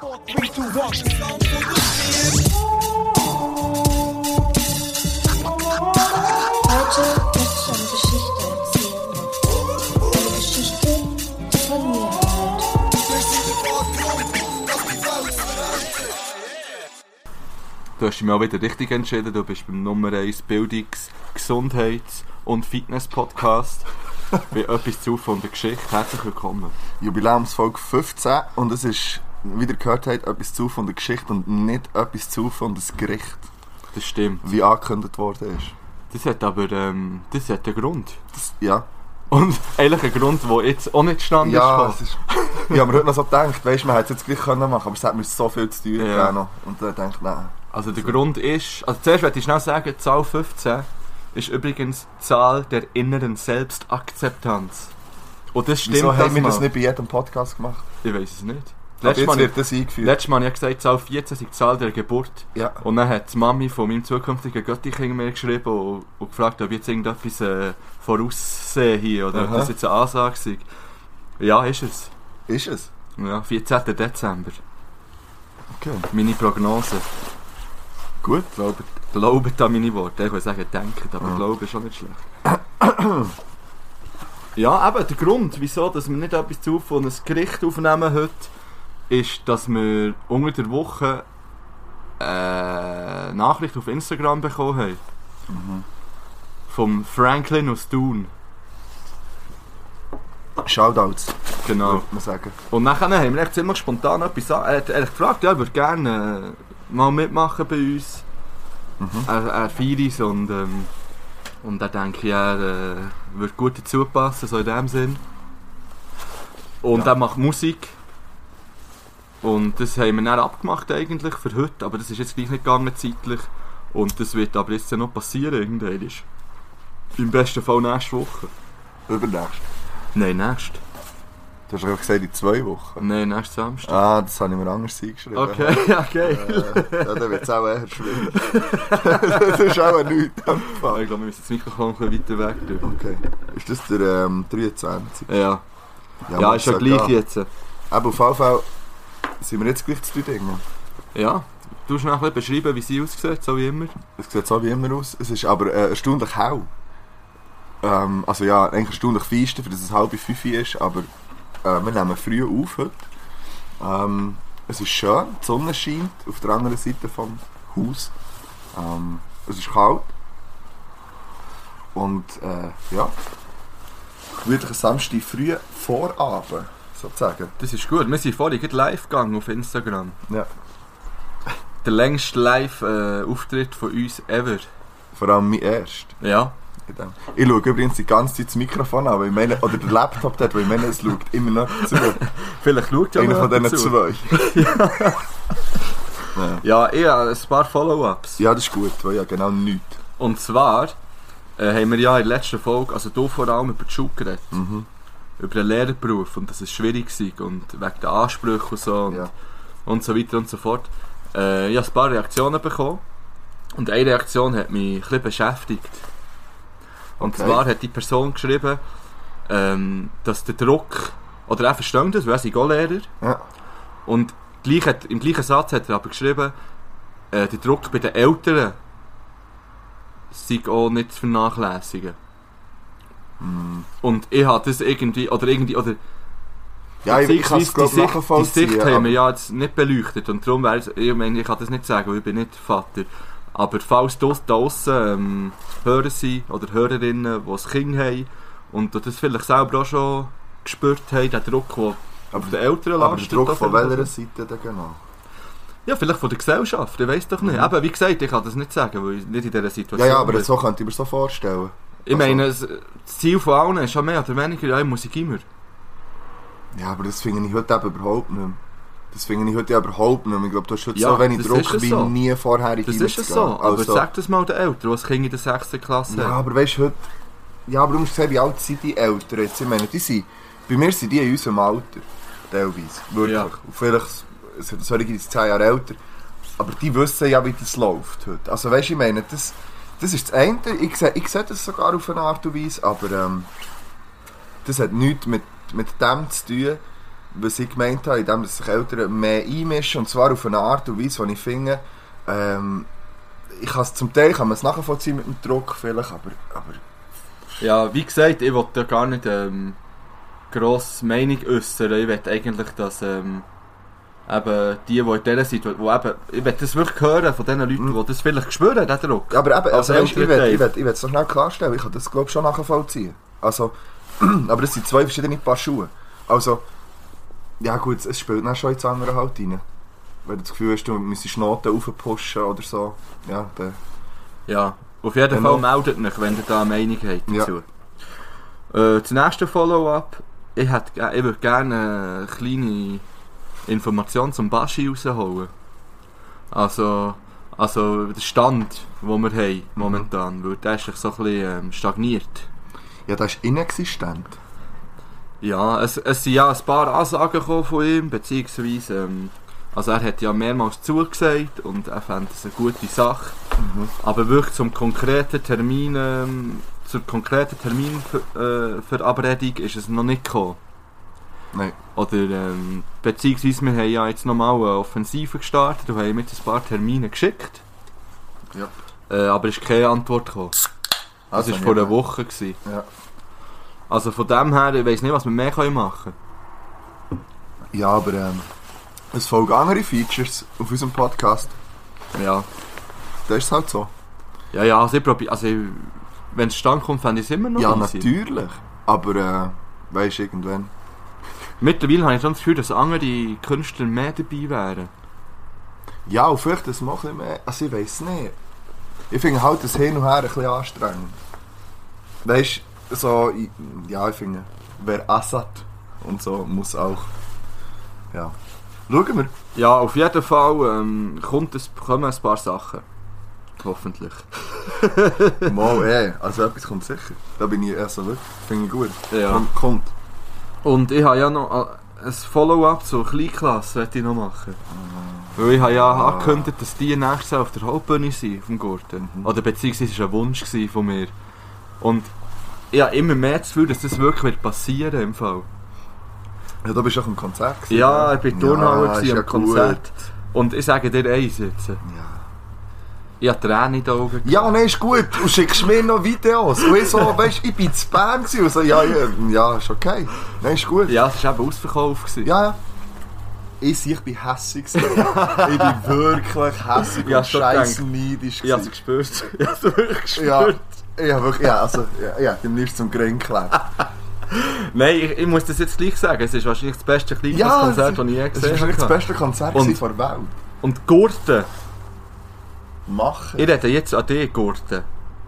von mir. Du hast dich mal wieder richtig entschieden. Du bist beim Nummer 1 Bildungs-, Gesundheits- und Fitness-Podcast bei «Etwas zu von der Geschichte». Herzlich willkommen. Jubiläumsfolge 15 und es ist, wie ihr gehört habt, etwas zu von der Geschichte und nicht etwas zu von das Gericht, Das stimmt. wie angekündigt worden ist. Das hat aber das hat einen Grund. Ja. Und eigentlich ein Grund, der jetzt auch nicht zustande Ja, ist. es ist... Ich habe mir heute noch so gedacht, weißt, man hätte es jetzt gleich können machen, aber es hat mir so viel zu tun gegeben noch. Und dann denke ich, nein. Also der Grund ist, also zuerst möchte ich schnell sagen, die Zahl 15 ist übrigens die Zahl der inneren Selbstakzeptanz. Und das stimmt. Wieso haben wir mal. das nicht bei jedem Podcast gemacht? Ich weiß es nicht. Aber jetzt wird das eingeführt. Letztes Mal habe ich gesagt, die Zahl 14 ist die Zahl der Geburt. Ja. Und dann hat die Mami von meinem zukünftigen Göttikind mir geschrieben und gefragt, ob ich jetzt irgendetwas voraussehe hier oder ob das jetzt eine Ansage sei. Ja, ist es. Ist es? Ja, 14. Dezember. Okay. Meine Prognose. Gut. Glaubet an meine Worte. Ich würde sagen, denkt, aber Glauben ist schon nicht schlecht. Ja, eben, der Grund, wieso dass wir nicht etwas zu von einem Gericht aufnehmen heute, ist, dass wir unter der Woche eine Nachricht auf Instagram bekommen haben. Vom Franklin aus Thun. Shoutouts, Genau. würde man sagen. Und dann haben wir echt ziemlich spontan etwas an. Er hat gefragt, ja, er würde gerne mal mitmachen bei uns. Er feiert es und er denkt, ja, er würde gut dazu passen, so in dem Sinn. Und er macht Musik. Und das haben wir dann abgemacht eigentlich für heute, aber das ist jetzt gleich nicht gegangen zeitlich. Und das wird aber jetzt ja noch passieren irgendwann. Im besten Fall nächste Woche. Übernächst. Nein, nächste. Du hast ja gesagt, in 2 Wochen. Nein, nächsten Samstag. Ah, das habe ich mir anders eingeschrieben. Okay, ja, geil. Ja, dann wird es auch eher schwierig. Das ist auch nichts. Ich glaube, wir müssen das Mikrofon ein bisschen weiter weg tun. Okay. Ist das der 23? Ja, Ja, ist ja gleich jetzt. Aber auf jeden Fall sind wir jetzt gleich zu tun. Ja, du musst noch ein bisschen beschreiben, wie sie aussieht, so wie immer. Es sieht so wie immer aus. Es ist aber erstaunlich hell. Also ja, eigentlich erstaunlich feiste, für dass es 4:30 ist, aber wir nehmen früh auf heute. Es ist schön, die Sonne scheint auf der anderen Seite vom Haus. Es ist kalt. Und ja, gemütlicher Samstag früh Vorabend, sozusagen. Das ist gut. Wir sind vorhin gerade live gegangen auf Instagram. Ja. Der längste Live-Auftritt von uns ever. Vor allem mein erst. Ja. Ich schaue übrigens die ganze Zeit das Mikrofon an, weil ich meine, oder der Laptop dort, weil ich meine, es schaut immer noch zu. Vielleicht schaut ja Einer noch von diesen dazu. 2. Ja, ich habe ein paar Follow-ups. Ja, das ist gut, weil ja genau nichts. Und zwar haben wir ja in der letzten Folge, also du vor allem über die Schule geredet. Über den Lehrerberuf und dass es schwierig war und wegen der Ansprüche und so und, Ja. und so weiter und so fort. Ich habe ein paar Reaktionen bekommen und eine Reaktion hat mich ein bisschen beschäftigt. Und Okay. zwar hat die Person geschrieben, dass der Druck, oder er versteht das, weil er ist auch Lehrer. Ja. Und im gleichen Satz hat er aber geschrieben, der Druck bei den Eltern sei auch nicht zu vernachlässigen. Und ich habe das irgendwie, oder Ja, ich kann es glaube die nachvollziehen. Sicht haben wir aber- ja jetzt nicht beleuchtet und darum wäre es, ich meine, ich kann das nicht sagen, weil ich bin nicht Vater. Aber falls da draussen Hörer sind oder Hörerinnen, die ein Kind haben und das vielleicht selber auch schon gespürt haben, den Druck, der auf den Eltern Aber der lastet. Druck da von vielleicht- welcher Seite denn genau? Ja, vielleicht von der Gesellschaft, ich weiss doch nicht. Aber wie gesagt, ich kann das nicht sagen, weil ich nicht in dieser Situation Ja, aber bin. so könnte ich mir so vorstellen. Ich meine, das Ziel von allen ist ja mehr oder weniger, ja, Musik immer. Ja, aber das finde ich heute eben überhaupt nicht mehr. Das finde ich heute überhaupt nicht mehr. Ich glaube, du hast heute Ja, so wenig das Druck ist es wie so. nie vorher in Das deinem ist es zu so, gehen. aber Also- sag das mal den Eltern, die ein Kind in der 6. Klasse Ja, haben. aber weißt du, heute... Ja, aber du musst sehen, wie alt sind die Eltern jetzt? Ich meine, die sind... Bei mir sind die in unserem Alter. Teilweise. Wirklich. Ja. Und vielleicht sind solche 10 Jahre älter. Aber die wissen ja, wie das läuft heute. Also weißt du, ich meine, das ist das eine. Ich sehe das sogar auf eine Art und Weise, aber das hat nichts mit dem zu tun, was ich gemeint habe, indem sich Eltern mehr einmischen, und zwar auf eine Art und Weise, die ich finde, ich kann es zum Teil nachvollziehen mit dem Druck vielleicht, aber ja, wie gesagt, ich wollte ja gar nicht grosse Meinung äußern. Ich will eigentlich, dass eben die in dieser Situation, ich will das wirklich hören von den Leuten, die das vielleicht spüren, den Druck. Ja, aber eben, also weißt, ich will es noch schnell klarstellen, ich kann das glaube ich schon nachvollziehen. Also, aber es sind zwei verschiedene Paar Schuhe. Also, ja gut, es spielt dann schon ins andere halt rein. Wenn du das Gefühl hast, du müsstest Noten aufpushen oder so, ja, dann... Ja, auf jeden Fall meldet mich, wenn ihr da eine Meinung habt dazu. Ja. Das nächste Follow-up, ich würde gerne eine kleine Information zum Baschi rausholen. Also der Stand, den wir haben momentan, weil der ist so ein bisschen stagniert. Ja, das ist inexistent. Ja, es sind ja ein paar Ansagen gekommen von ihm, beziehungsweise also er hat ja mehrmals zugesagt und er fand es eine gute Sache. Aber wirklich zur konkreten Terminverabredung ist es noch nicht gekommen. Nein. Oder beziehungsweise wir haben ja jetzt nochmal eine Offensive gestartet und haben mit ein paar Termine geschickt. Ja. Aber es ist keine Antwort gekommen. Das war vor einer Woche. Ja. Also von dem her, ich weiss nicht, was wir mehr machen können. Ja, aber es folgen andere Features auf unserem Podcast. Ja. Das ist halt so. Ja, also ich probiere, wenn es stand kommt, fände ich es immer noch ja, easy. natürlich. Aber, weisst du, irgendwann. Mittlerweile habe ich schon das Gefühl, dass andere Künstler mehr dabei wären. Ja, und vielleicht das noch ein bisschen mehr. Also ich weiss nicht. Ich finde halt das Hin und Her ein bisschen anstrengend. Weisst du, so, ich finde, wer Assad und so muss auch. Ja. Schauen wir. Ja, auf jeden Fall kommen ein paar Sachen. Hoffentlich. Mal, also etwas kommt sicher. Da bin ich wirklich. Finde ich gut. Ja. Kommt. Und ich habe ja noch ein Follow-up zur Kleinklasse, möchte ich noch machen. Weil ich habe ja angekündigt, dass die nächstes Jahr auf der Hauptbühne sind, auf dem Gurten. Oder beziehungsweise es war ein Wunsch von mir. Und ich habe immer mehr das Gefühl, dass das wirklich passieren wird im Fall. Ja, du bist auch im Konzert gewesen, ja, ich war in der Turnhalle am Konzert. Gut. Und ich sage dir eins jetzt. Ja. Ich habe Tränen in den Augen. Ja, nein, ist gut. Und schickst mir noch Videos. Und ich so, weißt, ich bin zu Bern gewesen. Und so, ja, ist okay. Nein, ist gut. Ja, es war eben ausverkauft. Ja. Ich bin hässig. Ich bin wirklich hässig und scheiße neidisch. Ich habe es gespürt. Ich habe es wirklich gespürt. Ja, wirklich, dem liebst zum Grinkeln. Nein, ich muss das jetzt gleich sagen. Es ist wahrscheinlich das beste Kleinklasskonzert, das ich je gesehen habe. Es ist wahrscheinlich das beste Konzert der Welt. Und Gurten. Machen. Ich rede jetzt an dich, Gurten.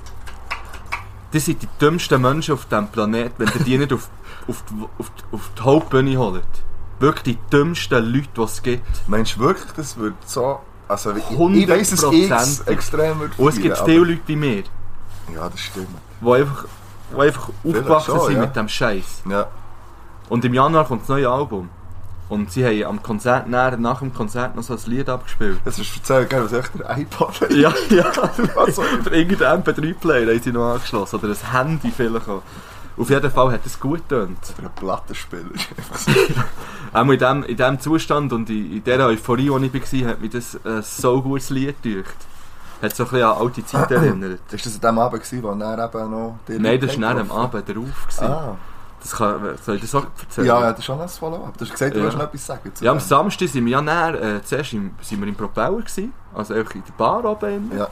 Die sind die dümmsten Menschen auf diesem Planeten, wenn ihr die nicht auf die Hauptbühne holt. Wirklich die dümmsten Leute, die es gibt. Meinst du wirklich, das wird so... Also, ich 100%. weiss, dass ich extrem würde und es gibt viele Leute wie mir. Ja, das stimmt. Die einfach aufgewachsen sind mit dem Scheiß. Ja. Und im Januar kommt das neue Album. Und sie haben am Konzert, nach dem Konzert noch so ein Lied abgespielt. Jetzt hast du erzählt, was echt der iPod hat. Ja. Also, für irgendeinen MP3-Player haben sie noch angeschlossen. Oder ein Handy vielleicht auch. Auf jeden Fall hat es gut getönt. Für einen Plattenspieler. Auch in diesem Zustand und in dieser Euphorie, in der ich war, hat mich das so gutes Lied gedacht. Hat so ein bisschen an alte Zeit erinnert. Ist das an dem Abend, wo er eben noch... Nein, das war am Abend drauf. Soll ich das auch erzählen? Ja, das ist schon ein Follow-up. Du hast gesagt, du willst noch etwas sagen. Ja, am Samstag sind wir ja näher, zuerst sind wir im Propeller gewesen, also einfach in der Bar oben. Ja.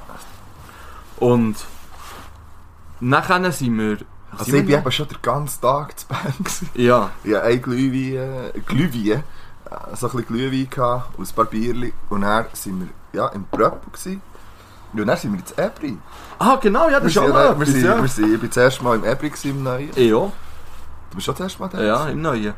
Und nachher sind wir... Also ich war eben schon den ganzen Tag zu Bern gewesen. Ja. Ich hatte ein Glühwein, so ein bisschen Glühwein gehabt, und ein paar Bierchen. Und dann sind wir im Pröppel gewesen. Und dann sind wir ins Ebri. Ah, genau, ja, das ist auch noch etwas, Ich war das erste Mal im Ebri im Neuen. Ja. Du bist schon das erste Mal da? Ja, im Neuen.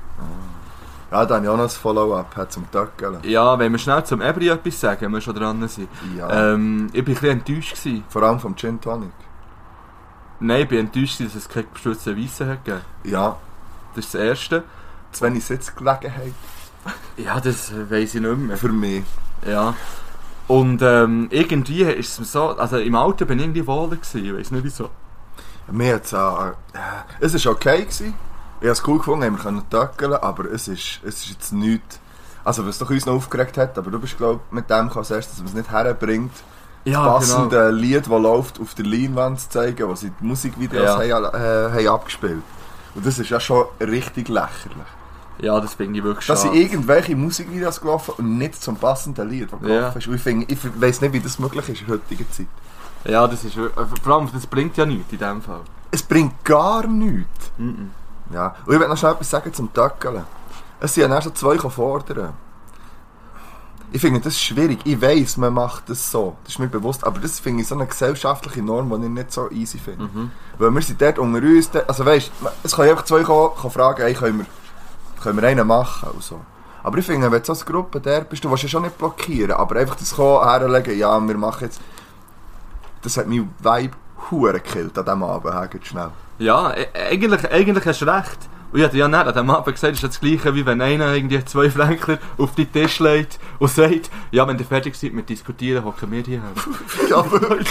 Ja, dann habe ich auch noch ein Follow-up zum Töckeln. Ja, wenn wir schnell zum Ebri etwas sagen, wenn wir schon dran sind. Ja. Ich war ein bisschen enttäuscht gewesen. Vor allem vom Gin Tonic. Nein, ich war enttäuscht, dass es keinen gestürzten Weissen hat gegeben. Ja. Das ist das Erste. Zu wenig Sitzgelegenheit. Ja, das weiss ich nicht mehr. Für mich. Ja. Und irgendwie ist es so, also im Auto bin ich irgendwie wohler gewesen, ich weiss nicht wieso. Mir hat's es war okay gewesen. Ich habe es cool gefunden, wir können töckeln, aber es ist jetzt nichts... Also was doch uns noch aufgeregt hat, aber du bist glaube ich mit dem als erstes, dass man es nicht herbringt, Ja, das passende genau. Lied, das läuft, auf der Leinwand zu zeigen, was sie die Musikvideos haben abgespielt. Und das ist ja schon richtig lächerlich. Ja, das finde ich wirklich Dass schade. sind irgendwelche Musikvideos gelaufen und nicht zum passenden Lied, das gelaufen ist. Und ich weiss nicht, wie das möglich ist in der heutigen Zeit. Ja, das ist vor allem, das bringt ja nichts in dem Fall. Es bringt gar nichts. Mhm. Ja. Und ich will noch schnell etwas sagen zum Töckeln. Es sind ja dann so zwei fordern. Ich finde das schwierig. Ich weiss, man macht das so. Das ist mir bewusst. Aber das finde ich so eine gesellschaftliche Norm, die ich nicht so easy finde. Mhm. Weil wir sind dort unter uns. Also weißt, es können einfach zwei kommen fragen, hey, können wir einen machen? Und so. Aber ich finde, wenn du so als Gruppe der bist, du willst ja schon nicht blockieren. Aber einfach das herlegen, ja, wir machen jetzt... Das hat mein Vibe verdammt gekillt an diesem Abend, ganz schnell. Ja, eigentlich hast du recht. Und ich hatte ja nicht an dem Abend gesagt, das ist das Gleiche, wie wenn einer irgendwie 2 Fränkler auf den Tisch legt und sagt, ja, wenn ihr fertig seid mit diskutieren, hocken wir hierher. Ja, wirklich.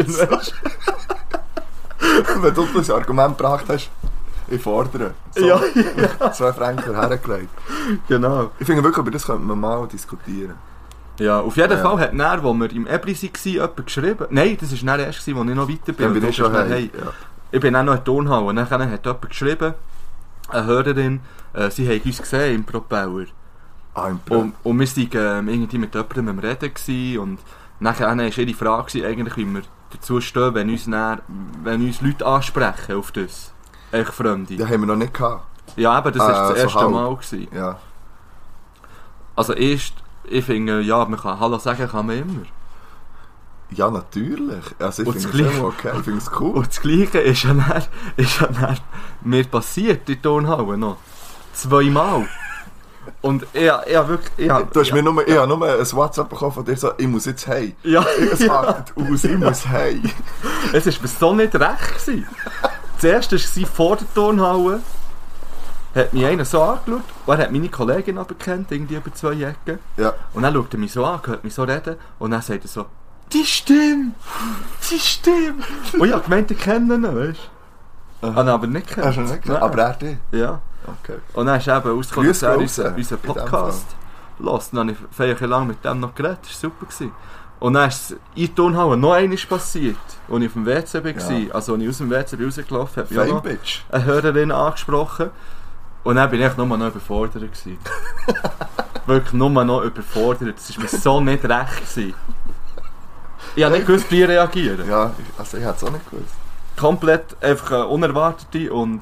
Wenn du das Argument gebracht hast, ich fordere. So, Ja. 2 Fränkler hergelegt. Genau. Ich finde wirklich, über das könnte man mal diskutieren. Ja, auf jeden Ja. Fall hat dann, wo wir im Ebri waren, jemand geschrieben. Nein, das war dann erst, als ich noch weiter bin. Dann bin Und ich du schon bist dann, hey. Ja. Ich bin auch noch in der Turnhalle und dann hat jemand geschrieben, eine Hörerin, sie haben uns gesehen im Propeller. Im Pro. Und wir waren irgendwie mit jemandem am Reden gewesen, und nachher war ihre Frage gewesen, eigentlich, wie wir dazu stehen, wenn uns Leute ansprechen auf das. Echt Fremde. Den haben wir noch nicht gehabt. Ja, eben, das war das so erste halb. Mal gewesen. Ja. Also ich finde, ja, man kann Hallo sagen kann man immer. Ja, natürlich. Also ich Und finde das es Gleiche- immer okay. Ich finde es cool. Und das Gleiche ist ja dann mir passiert in der Turnhalle noch. 2 Mal. Und ich wirklich... Du hast mir nur, ich habe nur ein WhatsApp bekommen von dir, so, ich muss jetzt heim. Ja, Es artet aus, ich muss heim. es war mir so nicht recht gewesen. Zuerst war vor der Turnhalle, hat mich einer so angeschaut, und er hat meine Kollegin aberkannt, irgendwie über 2 Ecken. Ja. Und dann schaut er mich so an, hört mich so reden, und dann sagt er so, die Stimme! Die Stimme! Und ich habe gemeint, ich kenne ihn, weißt du? Aha. Habe ihn aber nicht gekannt. Hast du nicht gesehen? Nein. Aber er dich? Ja. Okay. Und dann ist eben rausgekommen, dass Grüße er raus, unseren in dem Podcast hört. Dann habe ich viel lang mit dem noch geredet, das war super gewesen. Und dann ist es in der Turnhalle noch einmal passiert, als ich auf dem WC war. Ja. Also als ich aus dem WC rausgelaufen habe, habe ich Fame auch noch Bitch. eine Hörerin angesprochen. Und dann bin ich nur noch überfordert gewesen. Wirklich nur noch überfordert. Das war mir so nicht recht gewesen. Ich habe nicht gewusst, wie reagieren. Ja, also ich hätte es auch nicht gewusst. Komplett einfach eine unerwartete und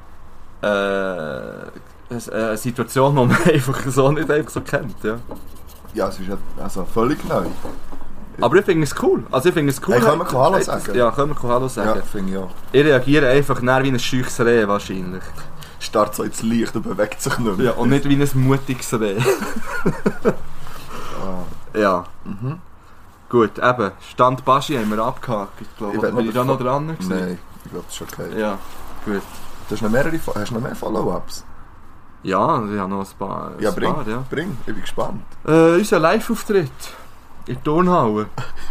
eine Situation, die man einfach so kennt. Ja. Ja, es ist ja also völlig neu. Aber ich finde es cool. Also ich finde es cool. Hey, können wir Hallo sagen? Ja, können wir Hallo Ja, sagen. finde ich auch. Ich reagiere einfach näher wie ein scheuches Reh wahrscheinlich. Starrt so ins Licht und bewegt sich nicht mehr. Ja, und nicht wie ein mutiges Reh. Ah. Ja. Mhm. Gut, eben. Stand Baschi haben wir abgehakt, ich glaube. Ich Oder bin ich da noch den dran gewesen? Nein, ich glaube, das ist okay. Ja, gut. Du hast noch hast du noch mehr Follow-ups? Ja, ich habe noch ein paar. Ja, ein bring, paar, ja. bring. Ich bin gespannt. Unser Live-Auftritt in der Turnhalle.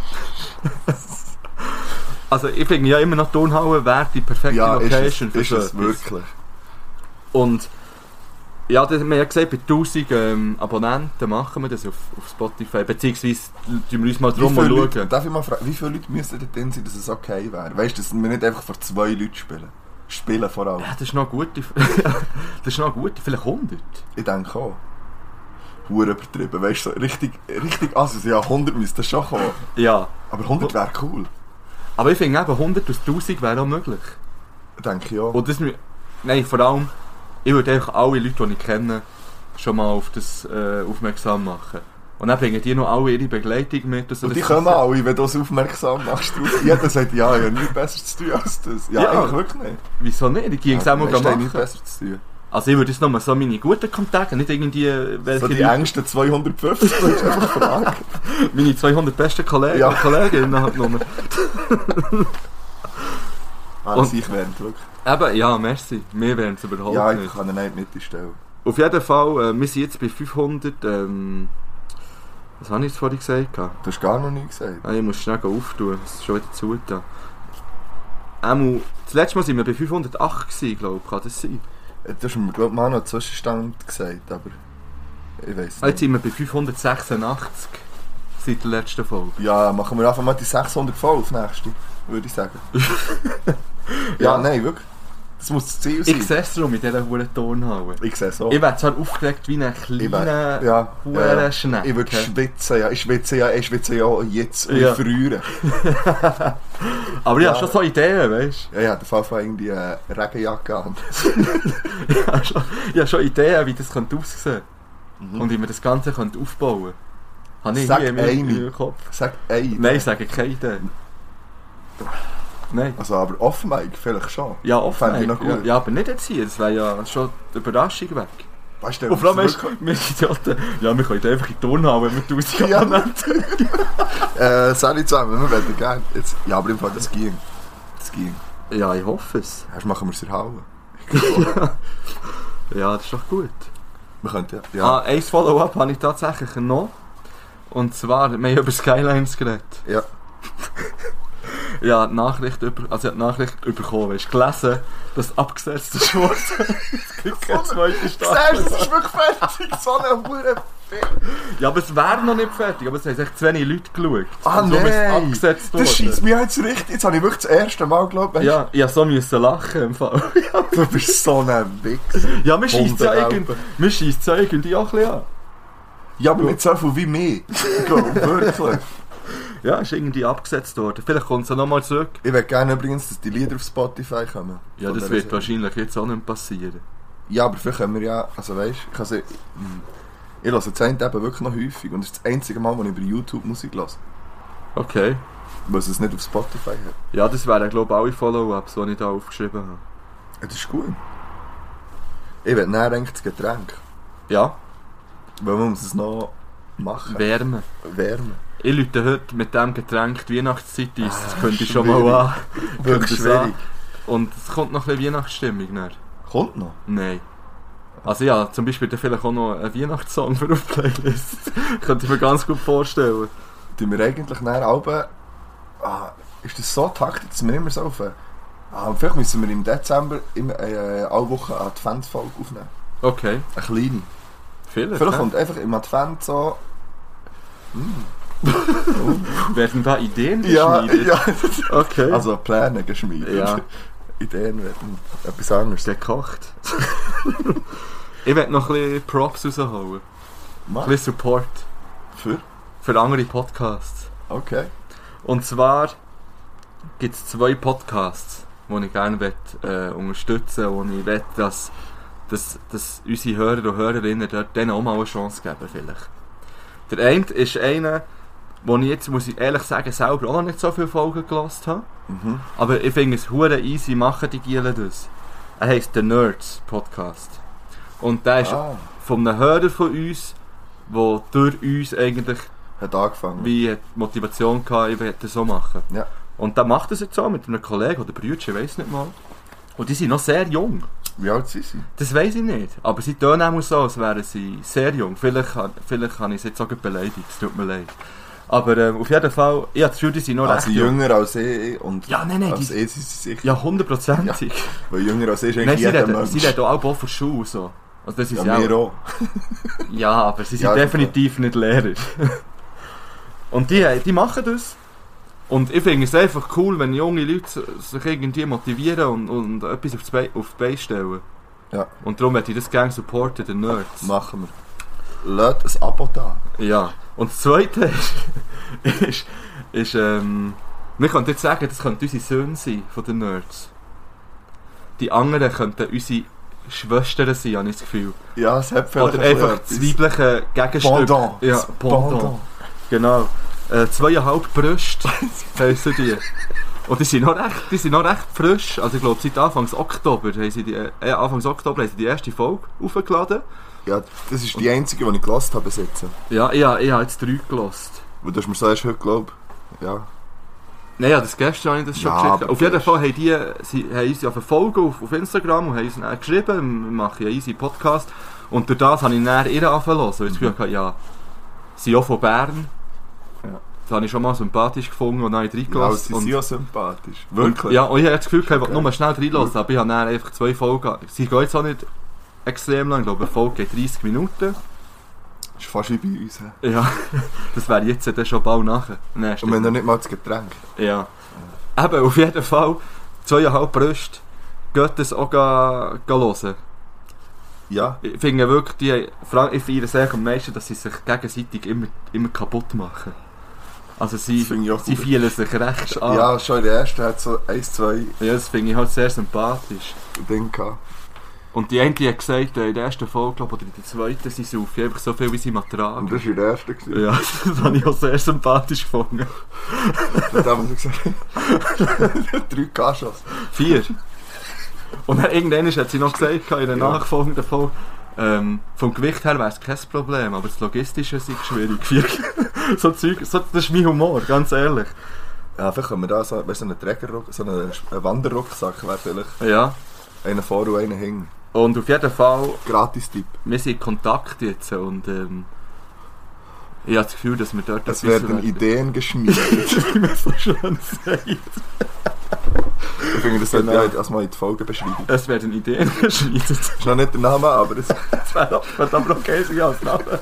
Also ich finde ja immer noch, die Turnhalle wäre die perfekte Ja, Location ist für es so etwas. wirklich. Und ja, wir haben ja gesagt, bei 1000 Abonnenten machen wir das auf Spotify. Beziehungsweise schauen wir uns mal drum und schauen. Darf ich mal fragen, wie viele Leute müssen da drin sein, dass es okay wäre? Weißt du, dass wir nicht einfach vor 2 Leuten spielen? Spielen vor allem. Ja, das ist noch gut. Das ist noch gut. Vielleicht 100. Ich denke auch. Hure übertrieben, weißt du, so richtig, also ja, 100 müsste das schon kommen. Ja. Aber 100 wäre cool. Aber ich finde eben, 100 aus 1000 wäre auch möglich. Denke ich auch. Und das, nein, vor allem, ich würde einfach alle Leute, die ich kenne, schon mal auf das aufmerksam machen. Und dann bringen die noch alle ihre Begleitung mit. Also Und die das- kommen alle, wenn du es aufmerksam machst. Jeder sagt, ja, ich habe nichts besser zu tun als das. Ja, Ja. eigentlich wirklich nicht. Wieso nicht? Ich gehe es auch mal Hast du machen. nichts besser zu tun? Also ich würde jetzt nur so meine guten Kontakte, nicht irgendwie welche So die Leute- engsten 250, das ist einfach fragen. meine 200 besten Kollegen Ja. und Kolleginnen halt nur. Also ich wäre wirklich. Eben, ja, merci. Wir wären es überhaupt Ja, ich nicht. kann ihn nicht mit stellen. Auf jeden Fall, wir sind jetzt bei 500, was habe ich jetzt vorhin gesagt? Du hast gar noch nie gesagt. Ah, ich muss schnell auftun, es ist schon wieder zu da. Das letzte Mal waren wir bei 508 gewesen, glaube ich, kann das sein? Du hast mir, glaube ich, mal noch einen Zwischenstand gesagt, aber ich weiss Jetzt nicht. sind wir bei 586 seit der letzten Folge. Ja, machen wir einfach mal die 600 voll auf nächste, würde ich sagen. Ja, nein, wirklich. Das muss das Ziel sein. Ich sehe es darum in dieser hohen Turnhalle. Ich sehe es auch. Ich werde zwar aufgeregt wie ein kleiner Hurenschneck. Ich würde schwitzen, ja. Ich schwitze ja jetzt und Ja. früher. Aber ich Ja. habe schon so Ideen, weißt Ja, ich hatte auf jeden Fall irgendwie eine Regenjacke an. du? Ich habe schon Ideen, wie das könnte aussehen könnte. Und wie wir das Ganze könnte aufbauen könnte. Habe ich Sag hier in eine. meinem Kopf. Sag ey. Nein, ich sage keine Idee. Nein. Also, aber off-Mic vielleicht schon. Ja, offen. Fände ich noch gut. Ja, aber nicht jetzt hier. Das wäre ja schon die Überraschung weg. Weißt du, Und vor allem, weißt du, wir Idioten, ja, wir können einfach in die Turnhalle, wenn wir 1000 Ja. Abonnenten. Sally zusammen, wir werden gerne. Jetzt, ja, aber im Fall, das ging. Ja, ich hoffe es. Erst machen wir es in der Halle. Ja, das ist doch gut. Wir könnten ja. Ein Follow-up habe ich tatsächlich noch. Und zwar, wir haben über Skylines geredet. Ja. Ja, die Nachricht bekommen, weißt du, gelesen, dass abgesetzt ist worden. Es gibt keine zweite Siehst du, Staffel. es ist wirklich fertig. So eine hure Film. Ja, aber es wäre noch nicht fertig, aber es haben echt zu wenig Leute geschaut. Ah, Und darum ist es nein. abgesetzt worden. Das scheisst mir jetzt richtig. Jetzt habe ich wirklich das erste Mal geglaubt. Ja, ich musste so müssen lachen im Fall. Du bist so ein Wichser. Ja, mir scheisst ja Hunderelfen. irgendwie auch ein bisschen an. Ja, aber nicht so viel wie mich. Ich glaube, wirklich. Ja, ist irgendwie abgesetzt worden. Vielleicht kommt es ja nochmal zurück. Ich würde gerne übrigens, dass die Lieder auf Spotify kommen. Ja, Von das dieser wird Serie. wahrscheinlich jetzt auch nicht passieren. Ja, aber vielleicht können wir ja, also weißt du, ich höre das eine eben wirklich noch häufig und das ist das einzige Mal, wo ich über YouTube Musik höre. Okay. Weil es nicht auf Spotify hat. Ja, das wären, glaube ich, alle Follow-ups, die ich da aufgeschrieben habe. Ja, das ist gut. Ich will näher eigentlich das Getränk. Ja, Weil man muss es noch machen. Wärme. Wärmen. Ich lüte heute mit dem Getränk die Weihnachtszeit ein. Das könnte ich schon schwierig. mal an. Wirklich Könnte es an. schwierig. Und es kommt noch ein bisschen Weihnachtsstimmung. Nicht? Kommt noch. Nein. Also ja, zum Beispiel dann vielleicht auch noch einen Weihnachtssong für auf die Playlist. Könnte ich mir ganz gut vorstellen. Die wir eigentlich näher Alben. Ist das so taktisch, dass wir immer so auf. Vielleicht müssen wir im Dezember immer alle Wochen eine Adventsfolge aufnehmen. Okay. Eine kleine. Vielleicht Vielleicht ja. kommt einfach im Advent so. Werden da Ideen Ja, geschmiedet? ja. Okay. Also Pläne geschmiedet. Ja. Ideen werden etwas anderes. gekocht. Ich werde noch ein bisschen Props rausholen. Ein Mach. bisschen Support Für? für andere Podcasts. Okay. Und zwar gibt es 2 Podcasts, die ich gerne unterstützen möchte, wo ich will, dass unsere Hörer und Hörerinnen denen auch mal eine Chance geben vielleicht. Der eine ist einer, wo ich jetzt, muss ich ehrlich sagen, selber auch noch nicht so viele Folgen gehört habe. Mhm. Aber ich finde es hure easy, machen die Gielen das. Er heisst der Nerds Podcast. Und der ist von einem Hörer von uns, der durch uns eigentlich Hat angefangen. wie die Motivation hatte, ich will das so machen. Ja. Und der macht das jetzt so mit einem Kollegen oder Brüder, ich weiss nicht mal. Und die sind noch sehr jung. Wie alt sind sie? Das weiss ich nicht. Aber sie tun auch so, als wären sie sehr jung. Vielleicht habe ich es jetzt auch beleidigt, es tut mir leid. Aber auf jeden Fall, ich habe das Gefühl, die sind noch Also recht jung. jünger als ich und Ja, nein, als die- ich sind sie sicher. Ja, 100%ig. Weil jünger als ich ist Nein, eigentlich sie jeder reden Mensch. auch von der Schule. So. Also das ist Ja, ja wir auch. Ja, aber sie sind Ja, definitiv nicht Lehrer. Und die machen das. Und ich finde es einfach cool, wenn junge Leute sich irgendwie motivieren und etwas auf die Beine stellen. Ja. Und darum möchte ich das gerne supporten, den Nerds. Machen wir. Lasst ein Abo da. Ja. Und das Zweite ist wir könnten jetzt sagen, das könnten unsere Söhne sein von den Nerds. Die anderen könnten unsere Schwestern sein, habe ich das Gefühl. Ja, es hat vielleicht Oder einfach das weibliche Gegenstück. Pendant. Ja, Das Pendant. Genau. 2,5 Brüste heissen die. Und die sind noch recht frisch. Also ich glaube, seit Anfangs Oktober haben sie die erste Folge aufgeladen. Ja, das ist die einzige, die ich gehört habe bis jetzt. Ja, ich habe jetzt 3 gehört. Weil du hast mir so erst heute geglaubt. Ja. Nein, ja, das gestern habe ich das schon Ja, geschickt. aber Auf jeden das- Fall haben uns ja verfolgt auf Instagram und haben uns dann geschrieben, wir machen ja easy Podcast. Und durch das habe ich dann ihr angefangen zu hören. Und ich habe ja, sie sind auch von Bern. Ja. Das habe ich schon mal sympathisch gefunden und dann habe ich Ja, reingelassen. sie sind ja sympathisch. Und, ja, und ich habe das Gefühl, ich wollte nur schnell reinlassen, aber ich habe dann einfach 2 Folgen. Sie gehen jetzt auch nicht extrem lang, ich glaube, eine Folge geht 30 Minuten. Das ist fast wie bei uns. He? Ja, das wäre jetzt dann schon bald nachher. Und wir haben noch nicht mal das Getränk. Ja. Eben, auf jeden Fall 2,5 Brüste. Geht das auch hören? Ja. Ich finde wirklich, ich feiere sehr am meisten, dass sie sich gegenseitig immer kaputt machen. Also sie fühlen sich recht an. Ja, schon in der ersten hat so 1, 2 Ja, das finde ich halt sehr sympathisch. Dinge gehabt. Und die eine hat gesagt, in der ersten Folge, glaube oder in der zweiten, sie saufen einfach so viel, wie sie mal tragen. Und das war in der ersten. Ja, das habe ich auch sehr sympathisch gefunden. Das haben wir gesagt. 3 Kaschos. 4. Und dann irgendwann hat sie noch gesagt, in der nachfolgenden Folge, vom Gewicht her wäre es kein Problem, aber das Logistische ist schwierig. So Zeug, das ist mein Humor, ganz ehrlich. Ja, vielleicht können wir da so einen Trägerrucksack, so einen Wanderrucksack, wäre vielleicht Ja. einen vor und einen hinten. Und auf jeden Fall, Gratis-Tipp. wir sind in Kontakt jetzt und ich habe das Gefühl, dass wir dort... Es werden Ideen geschmiedet. wie man so schön sagt. Ich finde, das sollte Genau. ja erstmal in die Folge beschreiben. Es werden Ideen geschmiedet. Das ist noch nicht der Name, aber es Das wäre aber okay sein als Name.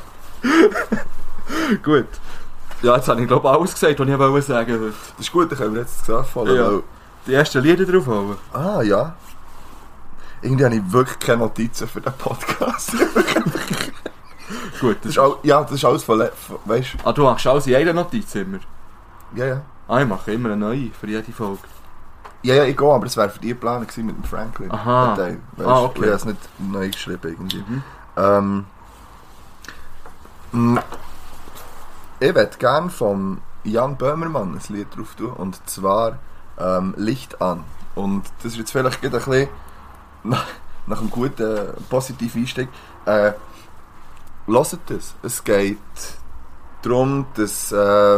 Gut. Ja, jetzt habe ich glaube alles gesagt, was ich wollte sagen heute. das ist gut, dann können wir jetzt das anfangen. Ja. Weil, Die ersten Lieder drauf holen. ja. Irgendwie habe ich wirklich keine Notizen für den Podcast. Gut, Das ist alles von weißt Ah, du machst alles in einer Notiz immer? du? Ja. Ah, ich mache immer eine neue für jede Folge. Ja, ich gehe, aber es wäre für die Planung gewesen mit dem Franklin. Aha. Partei, weißt, Okay. Ich habe es nicht neu geschrieben irgendwie. Mhm. Ich würde gerne von Jan Böhmermann ein Lied drauf tun, und zwar Licht an. Und das ist jetzt vielleicht ein bisschen nach einem guten, positiven Einstieg. Hört das. Es geht darum, dass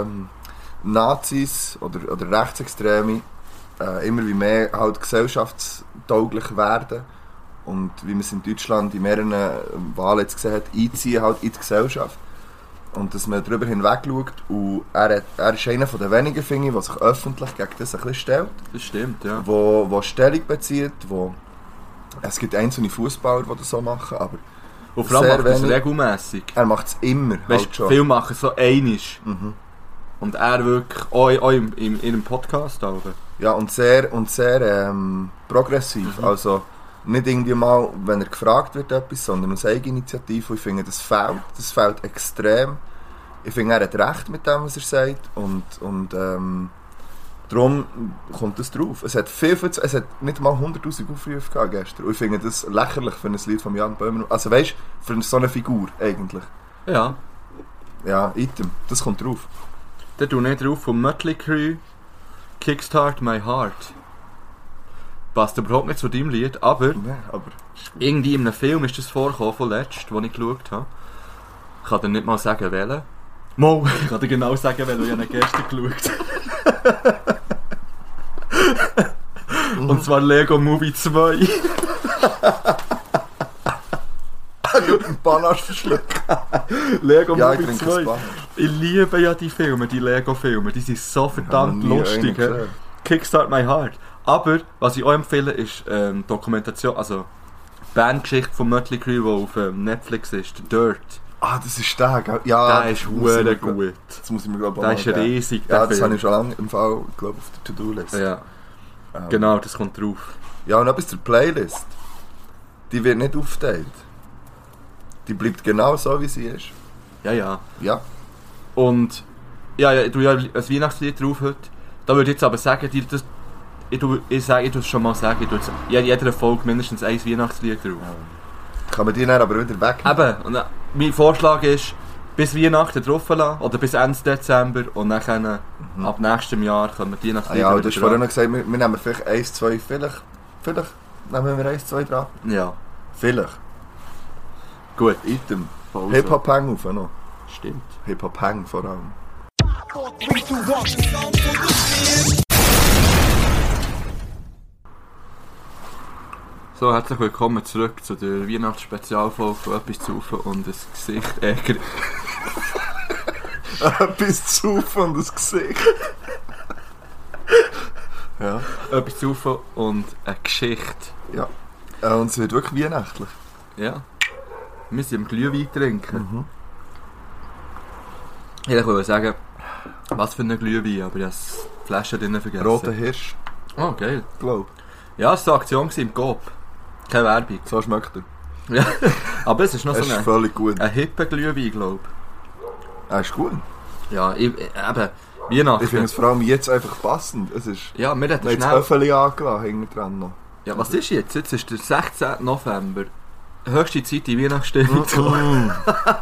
Nazis oder Rechtsextreme immer wie mehr halt gesellschaftstauglich werden und wie man es in Deutschland in mehreren Wahlen jetzt gesehen hat, einziehen halt in die Gesellschaft. Und dass man darüber hinweg schaut, und er ist einer der wenigen, finde ich, der sich öffentlich gegen das ein bisschen stellt, Das stimmt, ja. wo Stellung bezieht, es gibt einzelne Fußballer, die das so machen, aber Und vor allem sehr macht das wenig. regelmässig. er macht es immer Weißt halt schon. viele machen so einisch. Mhm. Und er wirklich, auch in einem Podcast auch. Ja, und sehr progressiv. Also nicht irgendwie mal, wenn er gefragt wird, etwas, sondern aus Eigeninitiative. Und ich finde, das fehlt extrem. Ich finde, er hat recht mit dem, was er sagt. Und darum kommt das drauf. Es hat nicht mal 100'000 Aufrufe gehabt gestern. Und ich finde das lächerlich für ein Lied von Jan Böhmermann. Also weißt du, für so eine Figur eigentlich. Ja. Ja, Item, das kommt drauf. Der tut nicht drauf vom Mötley Crüe, Kickstart My Heart. Passt überhaupt nicht zu deinem Lied, aber Nee, aber irgendwie in einem Film ist das vorgekommen, von letzt, den ich geschaut habe. Ich kann dir nicht mal sagen, welchen. Mo, ich kann dir genau sagen, welchen, ich habe ihn gestern geschaut. Und zwar Lego Movie 2. ein Panache verschluckt. Lego Ja, ich Movie trinke 2. ein Panache. Ich liebe ja die Filme, die Lego-Filme. Die sind so verdammt lustig. He? Kickstart My Heart. Aber, was ich auch empfehle, ist Dokumentation, also Bandgeschichte von Mötley Crüe, die auf Netflix ist, The Dirt. Ah, das ist der, gell? Ja, Der ist hure gut. Das muss ich mir glaube ich Der ist riesig, der Ja, das Film. habe ich schon lange im Fall, glaube auf der To-Do-List. Ja, genau, das kommt drauf. Ja, und etwas zur Playlist. Die wird nicht aufgeteilt. Die bleibt genau so, wie sie ist. Ja, ja. Ja. Und, ja, du ja ein Weihnachtslied drauf heute. Da würde ich jetzt aber sagen, ich tue es schon mal sagen, ich tue jetzt in jeder Folge mindestens ein Weihnachtslied drauf. Kann man die dann aber wieder wegnehmen? Eben, und mein Vorschlag ist, bis Weihnachten drauf lassen, oder bis Ende Dezember, und dann ab nächstem Jahr können wir die nach Ja, du hast vorhin noch gesagt, wir nehmen vielleicht 1, 2, vielleicht nehmen wir 1, 2 dran. Ja, Vielleicht. gut. Item. Pause. Hip-Hop-Hang auf noch. Stimmt. Hip-Hop-Hang vor allem. So, herzlich willkommen zurück zu der Weihnachtsspezialfolge von «Etwas zu saufen und ein Gesicht ärgern». Etwas zu saufen und ein Gesicht. Ja. Etwas zu saufen und eine Geschichte. Ja. Und es wird wirklich weihnachtlich. Ja. Wir sind am Glühwein trinken. Mhm. Ich wollte sagen, was für ein Glühwein, aber ich habe die Flasche drin vergessen. Roter Hirsch, Oh, geil. glaube Ja, es war eine Aktion im Coop. Keine Werbung. ich. So schmeckt er. Ja. Aber es ist noch Es so ist ein völlig gut. hipper Glühwein, glaube Er ist gut. ich. Ja, eben, Weihnachten. Ich finde es vor allem jetzt einfach passend. Es ist... Ja, wir hätten Wir haben das schnell... Öffeli angelassen, hinten dran noch. Ja, was ist jetzt? Jetzt ist der 16. November. Höchste Zeit, die Weihnachtsstimmung zu kommen.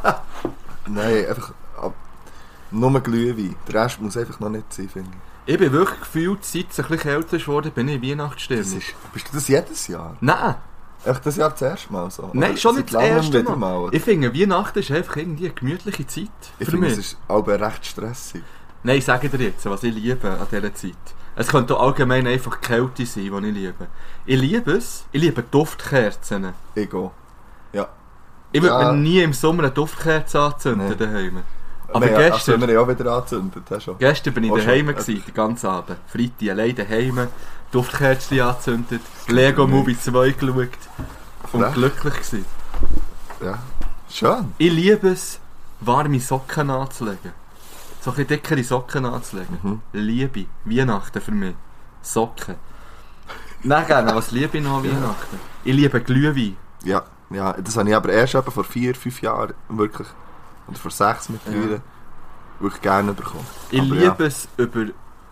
Nein, einfach... Nur Glühwein. Der Rest muss einfach noch nicht sein, finde ich. Ich bin wirklich gefühlt, seit es ein bisschen kälter ist worden, bin ich in Weihnachtsstimmung. Bist du das jedes Jahr? Nein, Echt das Jahr das erste Mal so? nein, Oder schon seit nicht das langem erste wieder Mal. oder? Ich finde, Weihnachten ist einfach irgendwie eine gemütliche Zeit Ich für finde, mich. es ist aber recht stressig. Nein, ich sage dir jetzt, was ich liebe an dieser Zeit. Es könnte auch allgemein einfach die Kälte sein, die ich liebe. Ich liebe es. Ich liebe Duftkerzen. Ich auch. Ja. Ich würde Ja. mir nie im Sommer eine Duftkerze anzünden Nein. daheim. Aber Nein, gestern... Also, wir haben auch wieder angezündet, hast du schon. Gestern bin ich Auch schon. daheim gewesen, den ganzen Abend. Freitag allein daheim, Duftkerzen angezündet, Lego Movie 2 geschaut und Frech. glücklich gewesen. Ja. Schön. Ich liebe es, warme Socken anzulegen. So ein bisschen dickere Socken anzulegen. Mhm. Liebe. Weihnachten für mich. Socken. Nachher, was liebe ich noch an Weihnachten? Ich liebe Glühwein. Ja. Ja, das habe ich aber erst etwa vor 4-5 Jahren wirklich, oder vor 6 mittlerweile, wirklich gerne bekommen. Ich Aber liebe es, über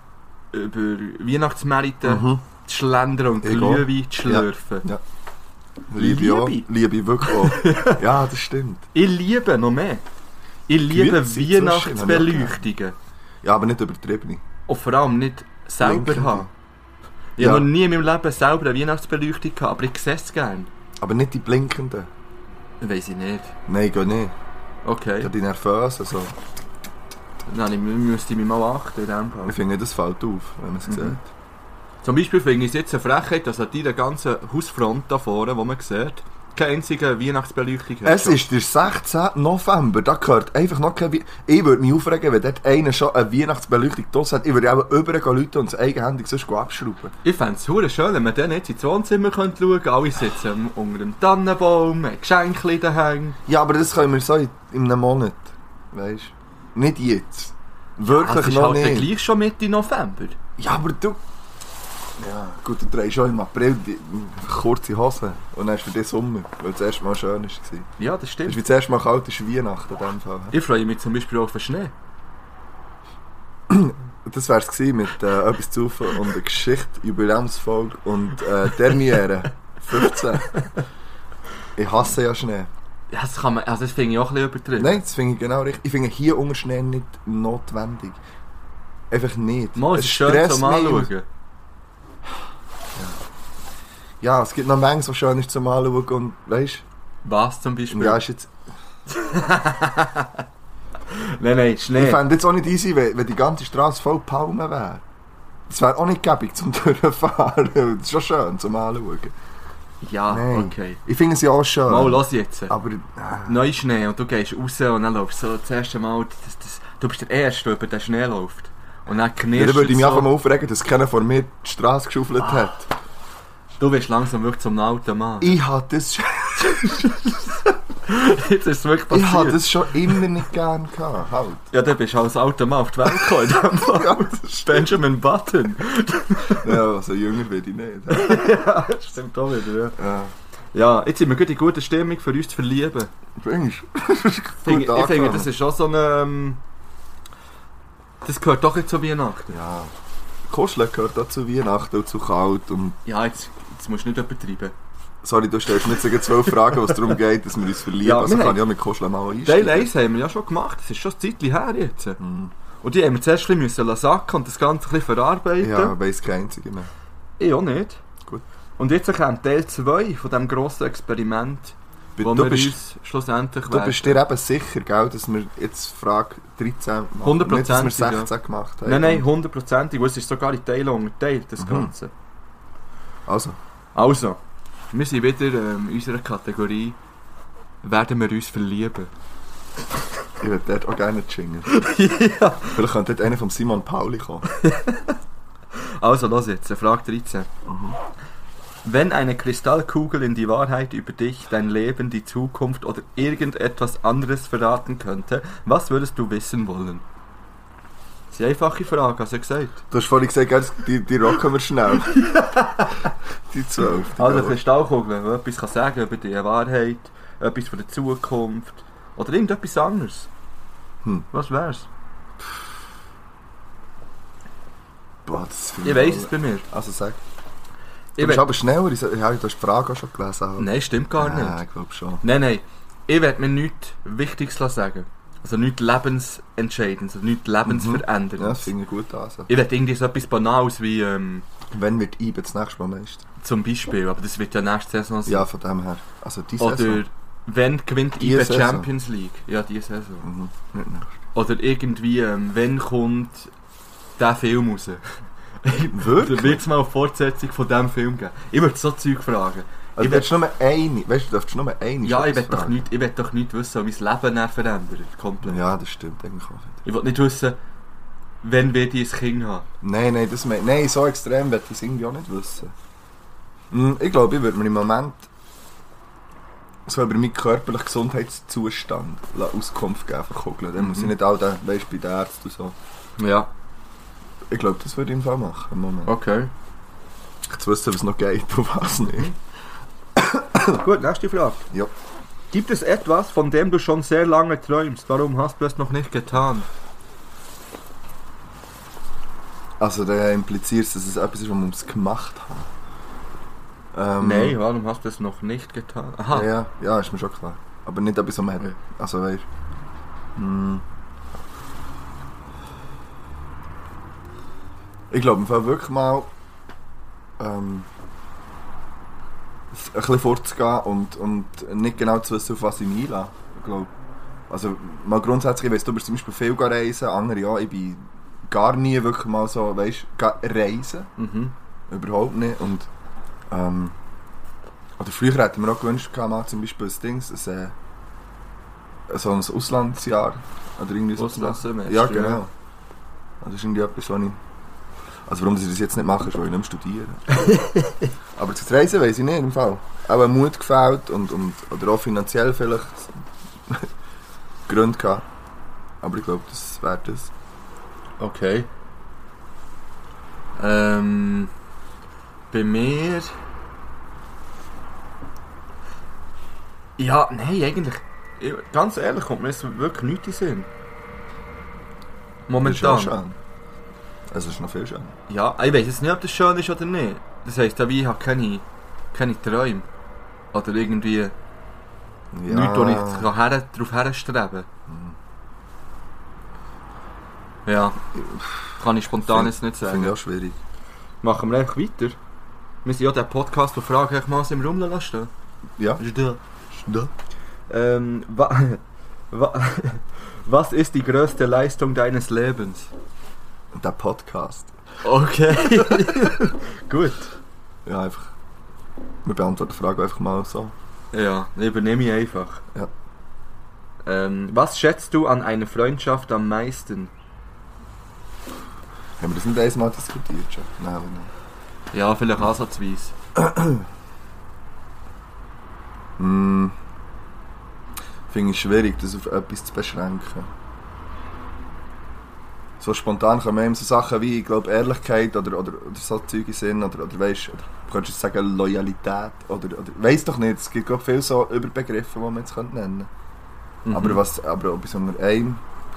Weihnachtsmärkte Mhm. zu schlendern und Ich auch. Glühwein zu schlürfen. Ja. Liebe ich auch. Liebe. Liebe ich wirklich auch. Ja, das stimmt. Ich liebe noch mehr. Ich liebe Gewürze Weihnachtsbeleuchtungen. Ja, aber nicht übertrieben. Und vor allem nicht selber Blinkende. haben. Ich Ja. habe noch nie in meinem Leben selber eine Weihnachtsbeleuchtung gehabt, aber ich sehe es gerne. Aber nicht die blinkenden. Weiss ich nicht. Nein, geht nicht. Okay. Ja, die nervösen. So. Nein, ich müsste mich mal achten in dem Fall. Ich finde, das fällt auf, wenn man es sieht. Zum Beispiel finde ich es jetzt eine Frechheit, dass an dieser ganzen Hausfront da vorne, wo man sieht, keine einzige Weihnachtsbeleuchtung hat. Es ist der 16. November, da gehört einfach noch kein Ich würde mich aufregen, wenn dort einer schon eine Weihnachtsbeleuchtung draussen hat. Ich würde auch überall Leute und es eigenhändig sonst abschrauben. Ich fände es verdammt schön, wenn man dann jetzt ins Wohnzimmer schauen könnte. Alle sitzen unter dem Tannenbaum, haben Geschenke daheim. Ja, aber das können wir so in einem Monat. Weißt du? Nicht jetzt. Wirklich Es ist noch halt dann nicht. gleich schon Mitte November. Ja, aber du... Ja, gut, du trägst schon im April die kurze Hosen. Und dann ist für den Sommer, weil es das erste Mal schön war. Ja, das Das stimmt. ist wie das erste Mal kalt ist Weihnachten in dem Fall. Ich freue mich zum Beispiel auf den Schnee. Das wär's gewesen mit etwas zu und der Geschichte, Jubiläumsfolge und Derniere 15. Ich hasse ja Schnee. Ja, das, kann man, also das finde ich auch ein bisschen übertrieben. Nein, das finde ich genau richtig. Ich finde hier unter Schnee nicht notwendig. Einfach nicht. Mal, es ist schön stresst zum mich. Anschauen. Ja, es gibt noch Mengen, so schön ist zum Anschauen und weißt Was zum du, Beispiel? ja, ist jetzt... Nein, Schnee. Ich fände jetzt auch nicht easy, wenn die ganze Straße voll Palmen wäre. Das wäre auch nicht gäbig zum Durchfahren. Das ist schon schön zum Anschauen. Ja, Nein. okay. Ich finde es ja auch schön. Mal, los jetzt. Aber... Neuschnee und du gehst raus und dann läufst du so das erste Mal, du bist der Erste, der über den Schnee läuft. Und dann Ja, knirschst dann würde ich mich so. einfach mal aufregen, dass keiner vor mir die Straße geschaufelt hat. Du wirst langsam wirklich zum alten Mann. Ich habe das, Jetzt ist es wirklich ich passiert. hab das schon immer nicht gern gehabt. Halt. Ja, dann bist du als alter Mann auf die Welt gekommen. in dem Fall. Ja, das Benjamin Button. Ja, also jünger bin ich nicht. Ja, das stimmt auch wieder, ja. Ja. Ja, jetzt sind wir gut in guter Stimmung für uns zu verlieben. Findest Ich finde, das ist schon so eine... das gehört doch nicht zu Weihnachten. Ja. Kuscheln gehört auch zu Weihnachten und zu kalt. Und Ja, jetzt musst du nicht übertreiben. sorry, du stellst mir jetzt sogar 12 Fragen, was darum geht, dass wir uns verlieben. Ja, Also wir kann haben- ich auch mit Kuscheln mal Teil einsteigen. 1 haben wir ja schon gemacht, das ist schon ein Zeitchen her jetzt. Mhm. Und die haben wir zuerst ein bisschen sacken und das Ganze ein bisschen verarbeiten. Ja, weiss kein einziger mehr. Ich auch nicht. Gut. Und jetzt kommt Teil 2 von diesem grossen Experiment, wo Du wir bist, uns schlussendlich du bist dir eben sicher, gell, dass wir jetzt Frage 13 machen. Nicht, dass wir 16 gemacht haben. Nein, 100%, weil es ist sogar in Teilen unterteilt, das Mhm. Ganze. Also, Also, wir sind wieder in unserer Kategorie «Werden wir uns verlieben?» Ich würde dort auch gerne jingeln. Ja. Vielleicht könnte dort einer von Simon Pauli kommen. Also, los jetzt, Frage 13. Wenn eine Kristallkugel in die Wahrheit über dich, dein Leben, die Zukunft oder irgendetwas anderes verraten könnte, was würdest du wissen wollen? Das ist eine einfache Frage, hast du gesagt. Du hast vorhin gesagt, die rocken wir schnell. Die 12. Die Also, gehen wir. Kristallkugel, die etwas kann sagen über die Wahrheit, etwas von der Zukunft oder irgendetwas anderes. Was wär's? Boah, das Ich weiss es bei mir. Also sag. Ich Du bist we- aber schneller. Ja, du hast die Frage auch schon gelesen. Aber. Nein, stimmt gar Ja, nicht. ich glaube schon. Nein. Ich werde mir nichts Wichtiges sagen. Also nichts Lebensentscheidendes, also nichts Lebensveränderndes. Ja, das finde ich gut an. So. Ich werde irgendwie so etwas Banales wie Wenn wird IBE das nächste Mal Meister? zum Beispiel, aber das wird ja nächste Saison sein. Ja, von dem her. Also die Oder Saison. wenn gewinnt Die IBE Saison. Champions League? Ja, diese Saison. Nicht nächste. Oder irgendwie, wenn kommt der Film raus? Wirklich? Dann wird es mal eine Fortsetzung von diesem Film geben. Ich würde so Zeug fragen. Also Ich du darfst nur eine. Weißt du, du darfst nur eine. Ja, ich will fragen. doch nicht wissen, wie mein Leben dann verändert. Komplett. Ja, das stimmt eigentlich auch wieder. Ich will nicht wissen, wenn wir ein Kind haben. Nein, nein, so extrem will ich es irgendwie auch nicht wissen. Ich glaube, ich würde mir im Moment so über meinen körperlichen Gesundheitszustand Auskunft geben von Kugeln. Dann muss ich nicht auch da, weißt du, bei den Ärzten und so. Ja. Ich glaube, das würde ich im Fall machen im Moment. Okay. Zu wissen, was noch geht und was nicht. Gut, nächste Frage. Ja. Gibt es etwas, von dem du schon sehr lange träumst? Warum hast du es noch nicht getan? Also, da impliziert es, dass es etwas ist, was wir gemacht haben. Nein, warum hast du es noch nicht getan? Aha. Ja, ist mir schon klar. Aber nicht etwas, was man Okay. Also, weißt du. Ich glaube, im Fall wirklich mal ein bisschen vorzugehen und nicht genau zu wissen, auf was ich mich einlasse. Ich glaube, also mal grundsätzlich, ich weiss, du bist zum Beispiel viel reisen, andere ja, ich bin gar nie wirklich mal so, weißt du, reisen. Mhm. Überhaupt nicht. Und oder früher hätten wir auch gewünscht, mal zum Beispiel ein Ding, so ein Auslandsjahr. Oder irgendwie so. Auslandssemester, Ja, genau. ja. Das ist irgendwie etwas, was ich... Also warum ich das jetzt nicht mache, ist, weil ich nicht mehr studiere. Aber zu reisen weiss ich nicht im Fall. Auch ein Mut gefällt und oder auch finanziell vielleicht Gründe gehabt. Aber ich glaube, das wäre das. Okay. Bei mir... Ja, nein, eigentlich... Ganz ehrlich, kommt mir jetzt wirklich nichts in den Sinn. Momentan. Das ist ja schön. Es ist noch viel schön. Ja, ich weiß jetzt nicht, ob das schön ist oder nicht. Das heisst, ich habe keine Träume. Oder irgendwie Ja. nichts, wo ich darauf herstrebe. Ja, kann ich spontan jetzt nicht sagen. Finde ich auch schwierig. Machen wir einfach weiter. Wir sind ja der Podcast, der Fragen einfach mal so im Raum lassen. Ja. Ist da. Da. Was ist die größte Leistung deines Lebens? Der Podcast. Okay. Gut. Ja, einfach. Wir beantworten die Frage einfach mal so. Ja, übernehme ich einfach. Ja. Was schätzt du an einer Freundschaft am meisten? Haben wir das nicht einmal diskutiert schon? Nein. Ja, vielleicht ansatzweise. Finde ich schwierig, das auf etwas zu beschränken. So spontan kommen eben so Sachen wie, ich glaube, Ehrlichkeit oder so Zeug Sinn oder weißt, oder du könntest sagen Loyalität oder weiss doch nicht, es gibt glaube viele so Überbegriffe, die man jetzt nennen könnte. Mhm. Aber etwas unter einem...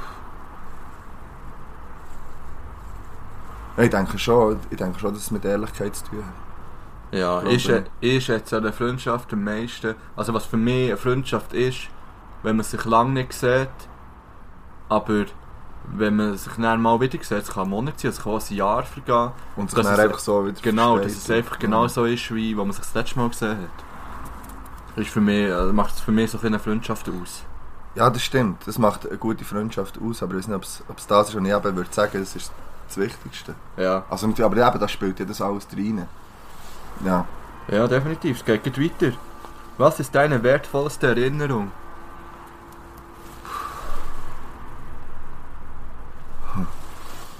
Ich denke schon, dass es mit Ehrlichkeit zu tun hat. Ja, ich schätze an der Freundschaft am meisten. Also was für mich eine Freundschaft ist, wenn man sich lange nicht sieht, aber wenn man sich dann mal wieder sieht, es kann ein Monat sein, es kann auch ein Jahr vergehen. Und sich Dass dann es- einfach so wieder Genau, dass versteht. es einfach genau so ist, wie wo man sich das letzte Mal gesehen hat. Das ist für mich, macht es für mich so eine Freundschaft aus. Ja, das stimmt. Das macht eine gute Freundschaft aus, aber ich weiß nicht, ob es das ist, und ich eben würde sagen, das ist das Wichtigste. Ja. Also, aber eben, da spielt ja das alles rein. Ja. Ja, definitiv. Es geht weiter. Was ist deine wertvollste Erinnerung?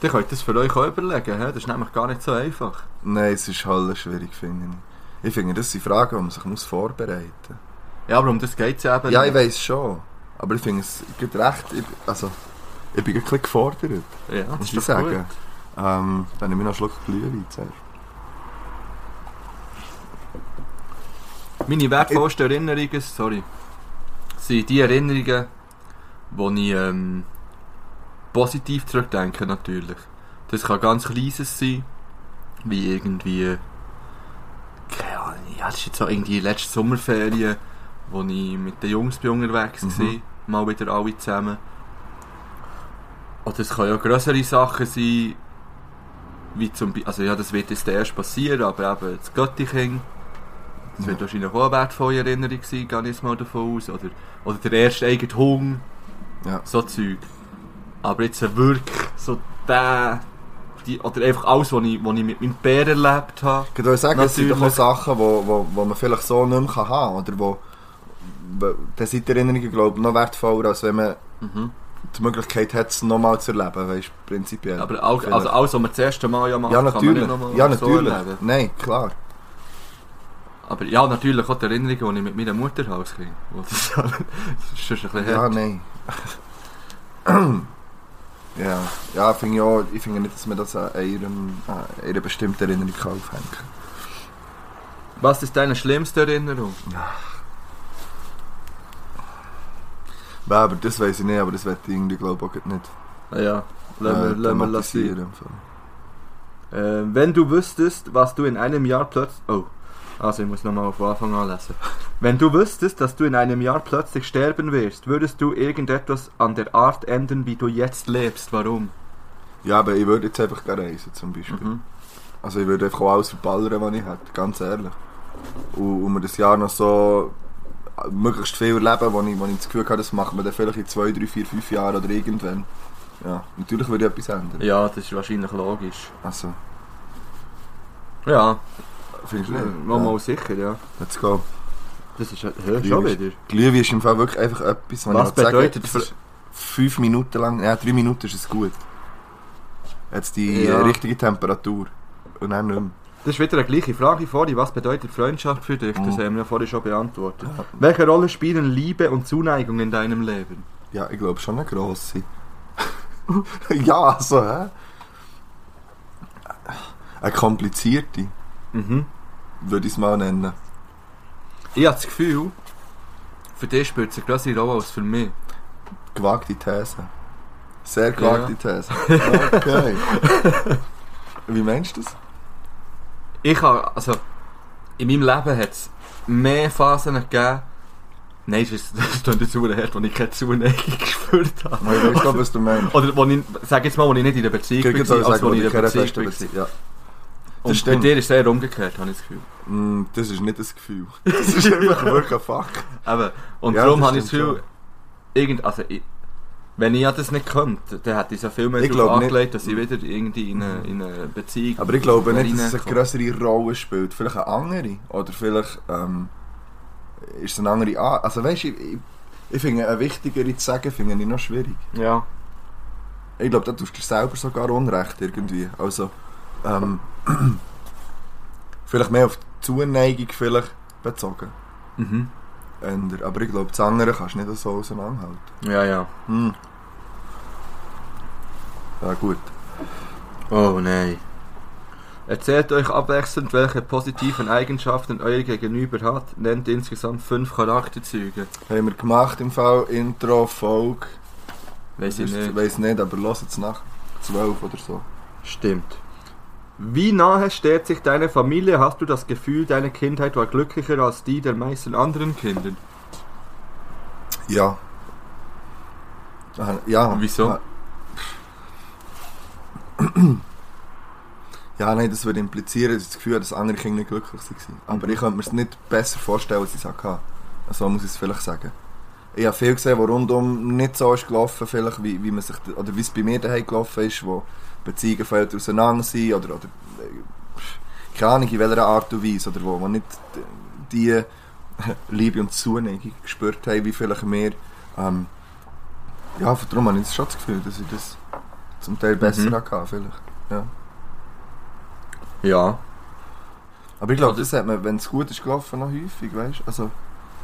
Ihr könnt das für euch auch überlegen, he? Das ist nämlich gar nicht so einfach. Nein, es ist halt schwierig, finde ich. Ich finde, das sind Fragen, die man sich muss vorbereiten muss. Ja, aber um das geht es eben Ja, nicht. ich weiss schon. Aber ich finde, es gibt recht... Ich bin ein bisschen gefordert, Ja, das muss ist ich doch sagen. gut. Dann nehme ich noch einen Schluck Glühwein zuerst. Meine wertvollsten Erinnerungen, sind die Erinnerungen, die ich positiv zurückdenke natürlich. Das kann ganz Kleines sein, wie irgendwie, keine Ahnung, ja, das ist jetzt so irgendwie letzte Sommerferien, wo ich mit den Jungs unterwegs war, mal wieder alle zusammen. Oder es können ja grössere Sachen sein, wie zum Beispiel, also ja, das wird jetzt erst passieren, aber eben das Göttiching. Das wird wahrscheinlich auch eine wertvolle Erinnerung sein, gehe ich jetzt mal davon aus. Oder der erste eigene Hunger. Ja. So Zeug. Aber jetzt wirklich so oder einfach alles, was ich mit meinem Bär erlebt habe. Ich würde sagen, es sind doch auch Natürlich. Sachen, wo man vielleicht so nicht mehr haben kann. Oder dann sind die Erinnerungen, glaube ich, noch wertvoller, als wenn man die Möglichkeit hat, es nochmal zu erleben, weißt du, prinzipiell. Aber auch, also alles, was man das erste Mal ja macht, ja, kann man natürlich. nicht nochmal Ja, so natürlich. erleben. Nein, klar. Aber ja, natürlich auch die Erinnerungen, die ich mit meiner Mutter habe. Das ist schon ein bisschen Ja, hart. nein. Ja, finde ich auch. Ich finde nicht, dass man das an einer bestimmten Erinnerung aufhängen kann. Was ist deine schlimmste Erinnerung? Ja, aber das weiß ich nicht, aber das werde ich irgendwie, glaube ich, auch nicht Ja, lassen wir thematisieren. Wenn du wüsstest, was du in einem Jahr plötzlich... Oh, also ich muss nochmal von Anfang an lesen. Wenn du wüsstest, dass du in einem Jahr plötzlich sterben wirst, würdest du irgendetwas an der Art ändern, wie du jetzt lebst? Warum? Ja, aber ich würde jetzt einfach gerne reisen, zum Beispiel. Also ich würde einfach auch alles verballern, was ich hätte, ganz ehrlich. Und mir das Jahr noch so möglichst viel erleben, wo ich das Gefühl habe, das macht man dann vielleicht in 2, 3, 4, 5 Jahren oder irgendwann. Ja, natürlich würde ich etwas ändern. Ja, das ist wahrscheinlich logisch. Also, Ja, findest du nicht? mal sicher, ja. Let's go. Das ist schon wieder. Glühwein ist im Fall wirklich einfach etwas, Was ich bedeutet sagen, 5 Minuten lang, ja 3 Minuten ist es gut. Jetzt die Ja. richtige Temperatur. Und dann nicht mehr. Das ist wieder eine gleiche Frage vorhin. Was bedeutet Freundschaft für dich? Das haben wir ja vorhin schon beantwortet. Welche Rolle spielen Liebe und Zuneigung in deinem Leben? Ja, ich glaube schon eine grosse. Ja, also, hä? Eine komplizierte, würde ich es mal nennen. Ich habe das Gefühl, für dich spielt es eine größere Rolle als für mich. Gewagte These. Sehr gewagte These. Okay. Wie meinst du das? Ich habe, also, in meinem Leben hat es mehr Phasen gegeben. Nein, das klingt jetzt sehr hart, wo ich keine Zuneigung gespürt habe. Ich weiß nicht, was du meinst. Oder wo ich, sag jetzt mal, wo ich nicht in der Beziehung Ich war, würde als sagen, wo ich wo in ich der keine Beziehung feste war. Beziehung. Ja. Und bei stimmt. dir ist es sehr umgekehrt, habe ich das Gefühl. Das ist nicht das Gefühl. Das ist einfach wirklich ein Fakt. Eben. Und Ja, darum das habe ich das stimmt Gefühl, wenn ich das nicht könnte, dann hätte ich so viel mehr Ich darauf glaub angelegt, dass ich wieder irgendwie in eine Beziehung... Aber ich glaube nicht, dass es eine reinkomme. größere Rolle spielt. Vielleicht eine andere. Oder vielleicht ist es eine andere Art. Also weißt du, ich finde, eine wichtigere zu sagen, finde ich noch schwierig. Ja. Ich glaube, da tust du dir selber sogar Unrecht irgendwie. Also, vielleicht mehr auf die Zuneigung vielleicht bezogen. Aber ich glaube, das andere kannst du nicht so auseinanderhalten. Ja, ja. Ja, gut. Oh nein. Erzählt euch abwechselnd, welche positiven Eigenschaften euer Gegenüber hat. Nennt insgesamt 5 Charakterzüge. Haben wir gemacht im Fall Intro, Folge. Weiss ich nicht. Weiss nicht, aber lass jetzt nach 12 oder so. Stimmt. Wie nahe steht sich deine Familie? Hast du das Gefühl, deine Kindheit war glücklicher als die der meisten anderen Kinder? Ja. Ja. Wieso? Ja, nein, das würde implizieren, dass ich das Gefühl habe, dass andere Kinder nicht glücklich waren. Aber ich könnte mir es nicht besser vorstellen, als ich es hatte. So muss ich es vielleicht sagen. Ich habe viel gesehen, wo rundum nicht so ist gelaufen, vielleicht, wie man sich, oder wie es bei mir daheim gelaufen ist, wo Beziehungen von Eltern auseinander sind, oder keine Ahnung, in welcher Art und Weise, oder wo nicht die Liebe und Zuneigung gespürt haben, wie vielleicht mehr. Ja, darum habe ich schon das Gefühl, dass ich das zum Teil besser gehabt, vielleicht. Ja. Ja. Aber ich glaube, das hat man, wenn es gut ist gelaufen, noch häufig, weißt du? Also.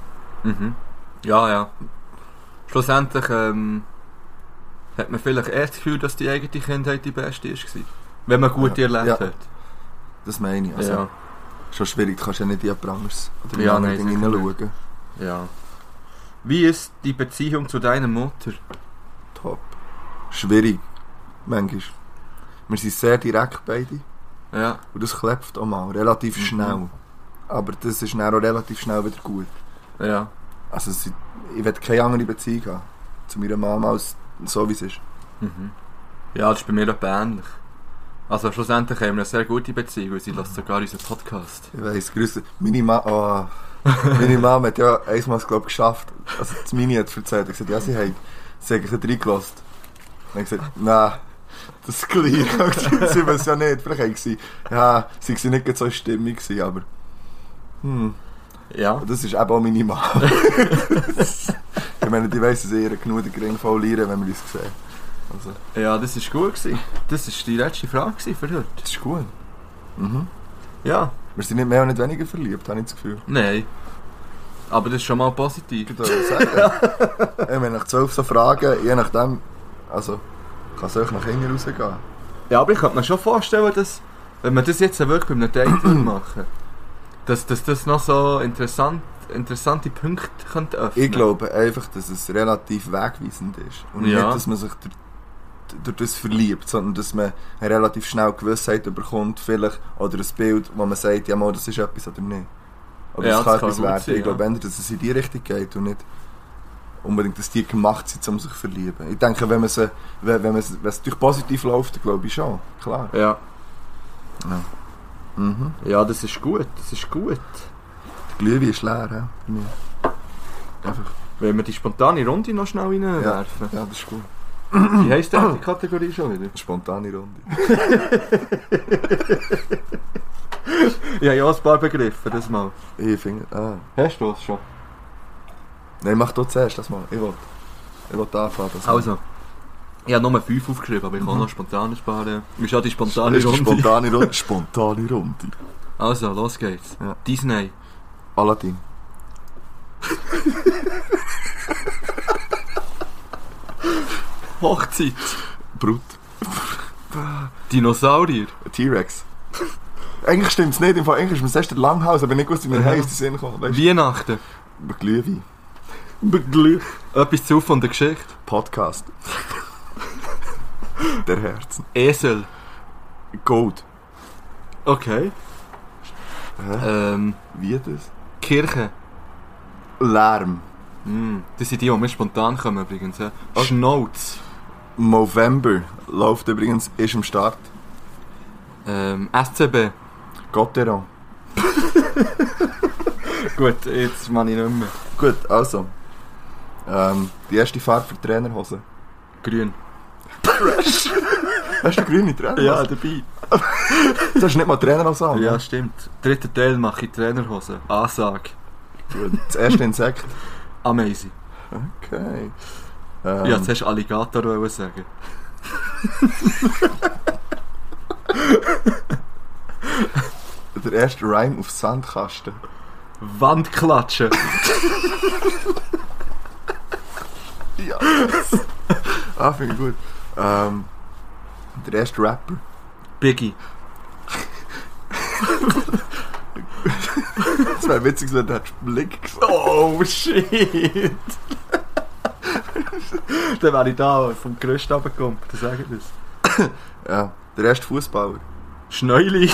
Ja. Schlussendlich hat man vielleicht eher das Gefühl, dass die eigene Kindheit die beste war. Wenn man gut erlebt hat. Das meine ich. Also, schon schwierig, du kannst ja nicht in jemand anderes oder in andere Dinge hineinschauen. Ja. Wie ist die Beziehung zu deiner Mutter? Top. Schwierig. Manchmal. Wir sind sehr direkt beide. Ja. Und das klopft auch mal. Relativ schnell. Aber das ist dann auch relativ schnell wieder gut. Ja. Also ich will keine andere Beziehung haben. Zu meiner Mama als so wie es ist. Ja, das ist bei mir auch ähnlich. Also schlussendlich haben wir eine sehr gute Beziehung, weil sie lässt sogar unseren Podcast. Ich weiss, grüße. Meine Mama hat ja einmal, glaube ich, geschafft. Also die Mini hat erzählt, gesagt, ja, sie hat reingelassen. Dann habe ich gesagt, nein, das ist gleich. Sie weiß ja nicht. Vielleicht haben sie, ja, sie war nicht so in Stimmung gewesen, aber ja. Das ist eben auch meine Mama. Ich meine, die weiss, dass ihr genug den Gring verlieren, wenn wir uns sehen. Also. Ja, das war gut gewesen. Das war die letzte Frage für heute. Das ist gut. Ja. Wir sind nicht mehr und nicht weniger verliebt, habe ich das Gefühl. Nein. Aber das ist schon mal positiv. Ich würde sagen. Ich meine, nach 12 so Fragen, je nachdem, also kann es euch nach hinten rausgehen. Ja, aber ich könnte mir schon vorstellen, dass, wenn man das jetzt wirklich bei einem Date machen, dass das noch so interessante Punkte könnte öffnen. Ich glaube einfach, dass es relativ wegweisend ist. Und nicht, dass man sich durch das verliebt, sondern dass man eine relativ schnell Gewissheit bekommt, vielleicht, oder ein Bild, wo man sagt, ja mal, das ist etwas oder nicht. Oder ja, das kann etwas werden. Sein, ich glaube eher, dass es in die Richtung geht und nicht unbedingt, dass die gemacht sind, um sich zu verlieben. Ich denke, wenn es durch positiv läuft, dann glaube ich schon, klar. Ja. Ja. Ja, das ist gut, das ist gut. Der Glühwein ist leer, ja. Einfach. Wenn wir die spontane Runde noch schnell reinwerfen. Ja, das ist gut. Wie heisst denn die Kategorie schon wieder? Spontane Runde. Ja, ein paar Begriffe, das mal. Ich finde, Hast du das schon? Nein, mach du zuerst das mal. Ich will anfangen. Also, ich habe nur 5 aufgeschrieben, aber ich kann noch spontan sparen. Wir schauen die spontane Runde. Runde. Spontane Runde. Also, los geht's. Ja. Disney. Aladdin. Hochzeit. Brut. Dinosaurier. T-Rex. Eigentlich stimmt es nicht, im Fall eigentlich ist mir erst der Langhaus, aber nicht gewusst, wie mir heißt, die Sinn kommt. Weihnachten. Glühwein. Etwas zu von der Geschichte. Podcast. Der Herzen. Esel. Gold. Okay. Wie das? Kirche. Lärm. Das sind die mir spontan kommen übrigens. Ja. Schnauz. Movember läuft übrigens, ist am Start. SCB. Gotteron. Gut, jetzt mache ich nicht mehr. Gut, also. Die erste Farbe für Trainerhose. Grün. Hast du grüne Trainerhose? Ja, dabei. Du hast nicht mal Trainerhose an. Ja, stimmt. Dritter Teil mache ich Trainerhose. Ansage. Gut. Das erste Insekt. Amazing. Okay. Ja, jetzt hast du Alligator sagen. Der erste Rhyme auf Sandkasten. Wandklatschen. Ja. Finde ich gut. Der erste Rapper. Biggie. Das wäre witzig, wenn du Blick gesagt. Oh shit! Dann wäre ich da vom Gerüst runtergekommen, dann sage ich das. Ja, der erste Fußballer. Schneuli.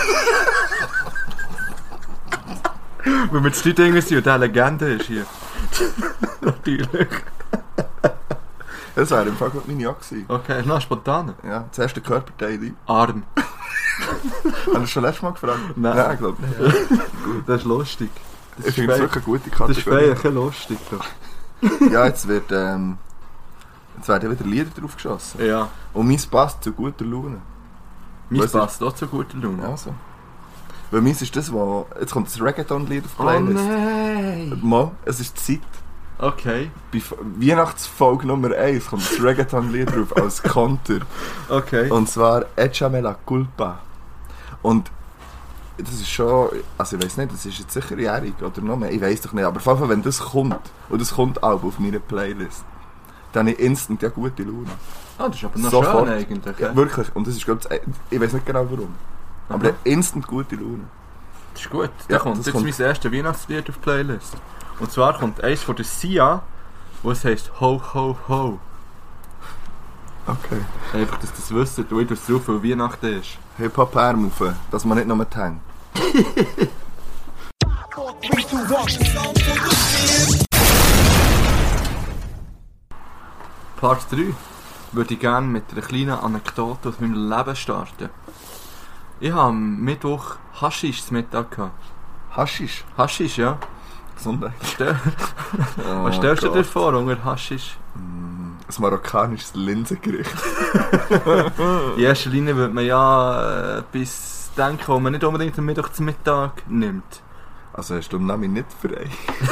Weil wir jetzt die Dinge sind und der Legende ist hier. Natürlich. Das wäre im Fall gut meine Jacke gewesen. Okay, noch spontan. Ja, das erste Körperteil. Arm. Hast du das schon letztes Mal gefragt? Nein, ich glaube nicht. Das ist lustig. Das ich finde es wirklich eine gute Das ist Kategorie. fein, lustig. Doch. Ja, jetzt werden wieder Lieder drauf geschossen. Ja. Und meins passt zu guter Laune. Mein Was passt auch zu guter Laune. Ja, so. Weil meins ist das, wo... Jetzt kommt das Reggaeton-Lied auf die Playlist. Oh nein! Mal, es ist Zeit. Okay. Bei Weihnachtsfolge Nummer 1 kommt das Reggaeton-Lied drauf als Konter. Okay. Und zwar Échame la culpa. Und das ist schon, also ich weiss nicht, das ist jetzt sicher jährig oder noch mehr, ich weiss doch nicht, aber auf jeden Fall, wenn das kommt, und das kommt auch auf meiner Playlist, dann habe ich instant ja gute Laune. Ah, das ist aber noch Sofort. schön eigentlich. Ja, wirklich, und das ist, glaube ich weiss nicht genau warum, aber ich habe instant gute Laune. Das ist gut. Ja, Da kommt das jetzt kommt. mein erstes Weihnachtslied auf die Playlist. Und zwar kommt eins von der Sia, wo es heisst Ho Ho Ho. Okay. Einfach, dass das wisst, und ich das drauf, weil Weihnachten ist. Hip-Hop-Arm rauf, dass man nicht nur hängt. Part 3 würde ich gerne mit einer kleinen Anekdote aus meinem Leben starten. Ich habe am Mittwoch Haschisch zum Mittag gehabt. Haschisch. Haschisch, ja. Gesundheit. Was stellst du dir vor unter Haschisch? Ein marokkanisches Linsengericht. In erster Linie würde man ja etwas denken, was man nicht unbedingt am Mittwoch zum Mittag nimmt. Also hast du den Namen nicht frei?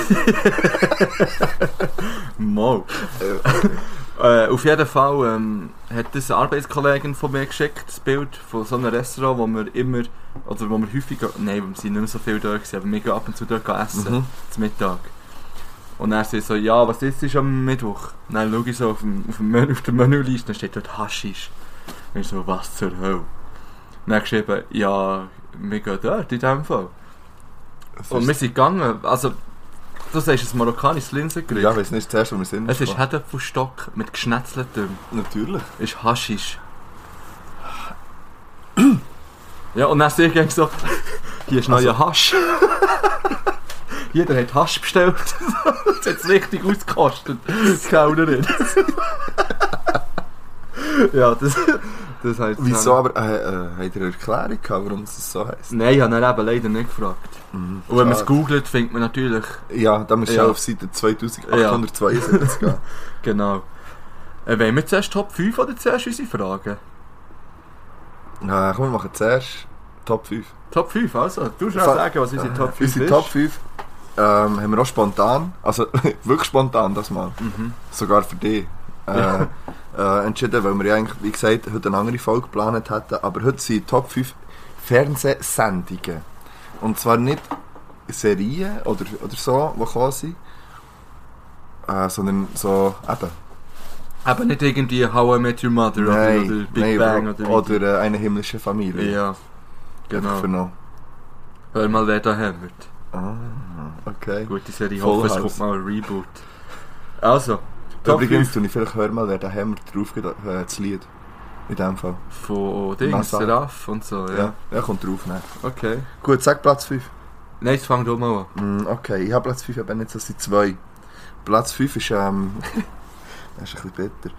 Mal. Auf jeden Fall hat das eine Arbeitskollegin von mir geschickt, das Bild von so einem Restaurant, wo wir immer, oder wo wir häufig, nein, wir sind nicht mehr so viel da gewesen, aber wir gehen ab und zu dort essen, zum Mittag. Und dann sagt so, ja, was ist am Mittwoch? Dann schaue ich so auf der Menüliste, dann steht dort Haschisch. Und ich so, was zur Hölle? Dann geschrieben, ja, wir gehen dort in dem Fall. Und wir sind gegangen, also, du sagst ein marokkanisches Linsengericht. Ja, weiss nicht, zuerst, wo wir sind. Es ist Herdöpfelstock mit geschnetzeltem. Natürlich. Es ist Haschisch. Ja, und dann sehe ich so, hier ist neuer Hasch. Jeder hat Hasch bestellt. Das hat es richtig ausgekostet. Kellnerin. Ja, das heisst... Wieso, aber habt ihr eine Erklärung gehabt, warum es so heisst? Nein, ich habe ihn eben leider nicht gefragt. Und wenn man es googelt, findet man natürlich... Ja, da musst du Ja. auf Seite 2872 gehen. Genau. Wollen wir zuerst Top 5 oder zuerst unsere Fragen? Komm, wir machen zuerst Top 5. Top 5, also. Du kannst auch sagen, was unsere Top 5 Unsere ist. Top 5 haben wir auch spontan, also wirklich spontan das mal, sogar für dich, entschieden, weil wir ja eigentlich, wie gesagt, heute eine andere Folge geplant hätten, aber heute sind Top 5 Fernsehsendungen. Und zwar nicht Serien oder so, die gekommen sind, sondern so eben. Aber nicht irgendwie How I Met Your Mother oder Big Bang oder Eine himmlische Familie. Ja, genau. Genau. Hör mal, wer da hämmert. Ah, okay. Gute Serie, ich Full hoffe, es House. kommt mal ein Reboot. Also, Top Übrigens 5 tue ich vielleicht Hör mal, wer da hämmert drauf geht, das Lied. In dem Fall. von Dings, NASA. Seraph und so, ja. Ja, kommt drauf. Ne? Okay. Gut, sag Platz 5. Nein, jetzt fang du mal an. Okay, ich habe Platz 5, aber nicht so, es sind 2. Platz 5 ist, das ist ein bisschen bitter.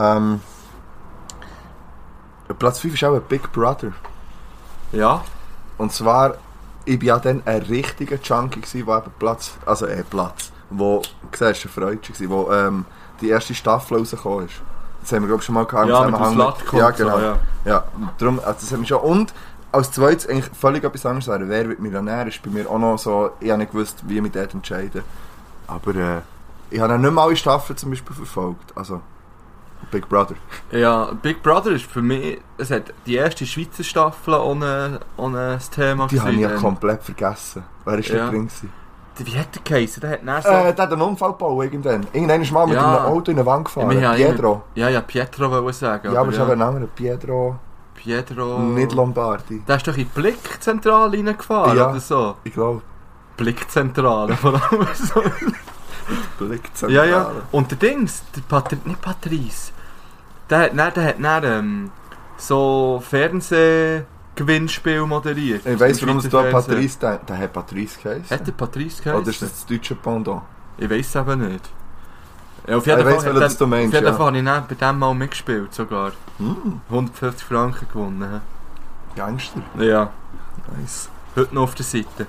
Platz 5 ist auch ein Big Brother. Ja. Und zwar, ich war ja dann ein richtiger Junkie, der eben wo, du siehst, ein Freude war, wo die erste Staffel rausgekommen ist. Das haben wir, glaube ich, schon mal gehabt. Ja, mit dem Slatko. Ja, genau. So, ja. Ja, darum, also das haben wir schon. Und als zweites, eigentlich völlig etwas anderes wäre, wer wird Millionär, ist bei mir auch noch so, ich habe nicht gewusst, wie ich mich dort entscheiden. Aber ich habe auch nicht mal alle Staffeln zum Beispiel verfolgt. Also, Big Brother. Ja, Big Brother ist für mich, es hat die erste Schweizer Staffel ohne das Thema Die habe ich ja dann. komplett vergessen. Wer ist Ja. da drin gewesen? Wie hat der geheißen? Der hat nachher so... Der hat einen Unfall gebaut irgendwann. Irgendwann ist mal mit Ja. einem Auto in eine Wand gefahren. Wir haben Pietro. Ja, Pietro wollte ich sagen. Ja, aber es ist aber ein anderer. Pietro. Nicht Lombardi. Der ist doch in die Blickzentrale reingefahren Ja. oder so. Ich glaube, Blickzentrale vor allem. So. Blickzentrale. Ja, ja. Und der Dings, nicht Patrice. Der hat dann so Fernsehgewinnspiel moderiert. Ich weiss, warum es da Schweizer Fernsehen. Patrice denkt. Der hat Patrice geheißen. Hat der Patrice geheißen? Oder ist das das deutsche Pendant? Ich weiss es eben nicht. Ja, auf Ich jeden weiss, Fall, welches du meinst, auf jeden ja. Fall habe ich dann bei dem mal mitgespielt sogar. 150 Franken gewonnen. Gangster. Ja, Nice. heute noch auf der Seite.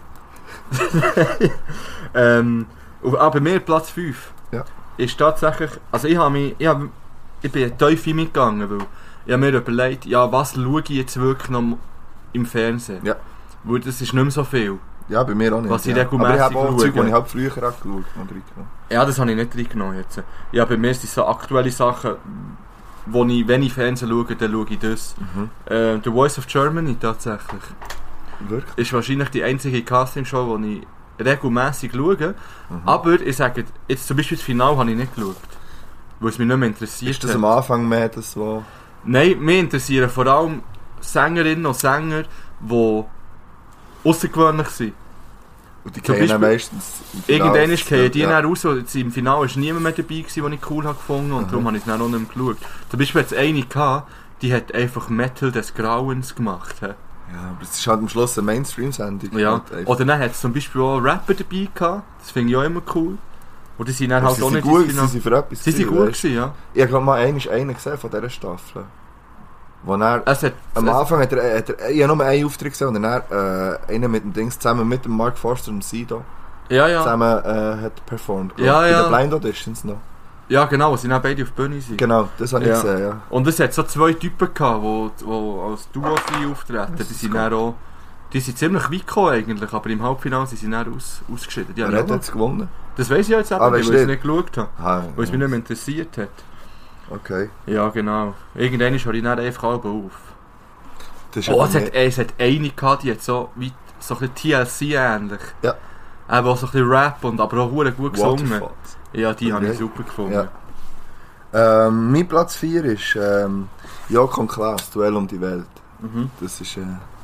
Bei mir Platz 5 Ja. ist tatsächlich, also ich bin tief mitgegangen, weil ich habe mir überlegt, ja, was schaue ich jetzt wirklich noch im Fernsehen? Ja. Weil das ist nicht mehr so viel. Ja, bei mir auch nicht. Was ich ja. regelmässig Aber ich habe auch schaue. Zeug, die ich halt früher angeschaut habe. Ja, das habe ich nicht reingenommen jetzt. Ja, bei mir sind es so aktuelle Sachen, wo ich, wenn ich Fernsehen schaue, dann schaue ich das. The Voice of Germany tatsächlich. Wirklich? Ist wahrscheinlich die einzige Castingshow, die ich regelmässig schaue. Aber ich sage, jetzt zum Beispiel das Finale habe ich nicht geschaut. Weil es mich nicht mehr interessiert Ist das hat. am Anfang mehr das, was... Nein, mich interessieren vor allem Sängerinnen und Sänger, die außergewöhnlich sind. Und die Zum gehen dann Beispiel- meistens... im Finale Irgendwann aus. gehen die Ja. dann raus. Jetzt im Finale war niemand mehr dabei, den ich cool gefunden habe. Und darum habe ich es dann auch nicht mehr geschaut. Zum Beispiel hat es eine gehabt, die hat einfach Metal des Grauens gemacht. He. Ja, aber es ist halt am Schluss eine Mainstream-Sendung. Ja. Halt einfach. Oder dann hat es zum Beispiel auch Rapper dabei gehabt. Das finde ich auch immer cool. Und die sind dann Aber halt sie auch sind nicht gut, ins Finale. sie sind für etwas Sie sind gewesen, gut weisst. gewesen, ja. Ich habe glaube mal einen gesehen von dieser Staffel. Wo er... Am Anfang hat er ich habe nur einen Auftritt gesehen und dann einen mit dem Dings zusammen mit dem Mark Forster und Sido ja, ja. zusammen hat performt. Ja, Bei ja. den Blind Auditions noch. Ja, genau, sie sind auch beide auf der Bühne. Sind. Genau, das habe ich Ja. gesehen, ja. Und es hat so zwei Typen gehabt, die als Duo auftreten. Die sind dann auch... Die sind ziemlich weit gekommen eigentlich, aber im Halbfinale sind sie dann ausgeschieden. Die haben Wer hat auch- jetzt gewonnen? Das weiss ich jetzt eben Ah, nicht, weisst weil ich es du nicht geschaut habe. Ah, Weil es mich nicht mehr interessiert hat. Okay. Ja, genau. Irgendwann höre ich dann einfach halb auf. Das ist Oh, aber es hat eine gehabt, die hat so ein bisschen TLC ähnlich. Ja. Eben auch so ein bisschen Rap, und aber auch verdammt gut gesungen. Waterfalls. Ja, die habe ich Okay. super gefunden. Ja. Mein Platz 4 ist Joko und Klaas, Duell um die Welt. Mhm. Das ist...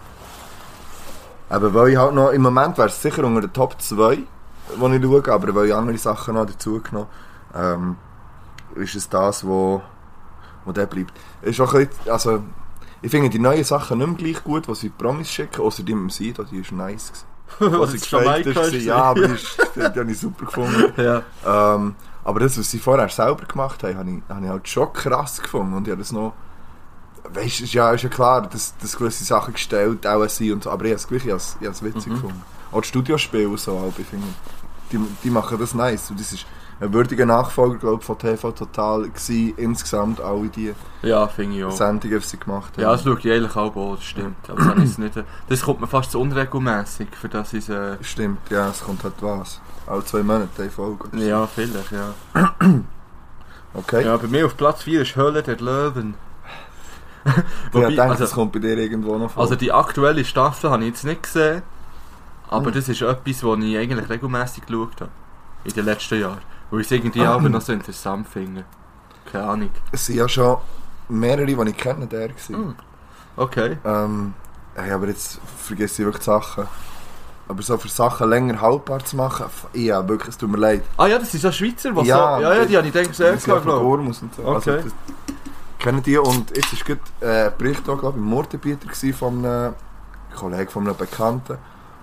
aber weil ich halt noch... Im Moment wäre es sicher unter den Top 2, wo ich schaue, aber weil ich andere Sachen noch dazu genommen ist es das, wo der bleibt. Ist auch ein bisschen, also, ich finde die neuen Sachen nicht mehr gleich gut, was sie Promis schicken, außer die mit dem Sido, die ist nice gewesen. Was sie jetzt schon gefaked Mike ist, ja, aber die habe ich super gefunden. Ja. Aber das, was sie vorher selber gemacht haben, habe ich halt schon krass gefunden. Und ich habe das noch... Weißt du, ist ja klar, dass gewisse Sachen gestellt auch sind und so, aber ich habe es wirklich ich habe es witzig gefunden. Auch das Studiospiel und so, aber ich finde, die machen das nice. Und das ist ein würdiger Nachfolger, glaube ich, von TV Total gewesen, insgesamt alle die Ja, finde ich auch. Sendungen, die sie gemacht haben. Ja, das schaue ich eigentlich auch, das stimmt. Aber das, habe ich jetzt nicht, das kommt mir fast zu unregelmässig, für das ist... Stimmt, ja, es kommt halt was. Alle 2 Monate eine Folge. oder so. Ja, vielleicht, ja. Okay. Ja, bei mir auf Platz 4 ist Höhle der Löwen. Ich denke, also, das kommt bei dir irgendwo noch vor. also die aktuelle Staffel habe ich jetzt nicht gesehen, aber das ist etwas, was ich eigentlich regelmässig geschaut habe. In den letzten Jahren. Weil ich es irgendwie auch noch so interessant finde. Keine Ahnung. Es sind ja schon mehrere, die ich kenne, der gewesen. Okay. Hey, aber jetzt vergesse ich wirklich die Sachen. Aber so für Sachen länger haltbar zu machen, ja, wirklich, es tut mir leid. Ah ja, das sind so Schweizer, die Ja, so... Ja, die habe ich dann gesehen, Das ist ja von glaube Gormus und so. Okay. Also, das kennen die, und jetzt war gerade ein Bericht auch, glaube ich, im Mordgebiet von einem Kollegen, von einem Bekannten,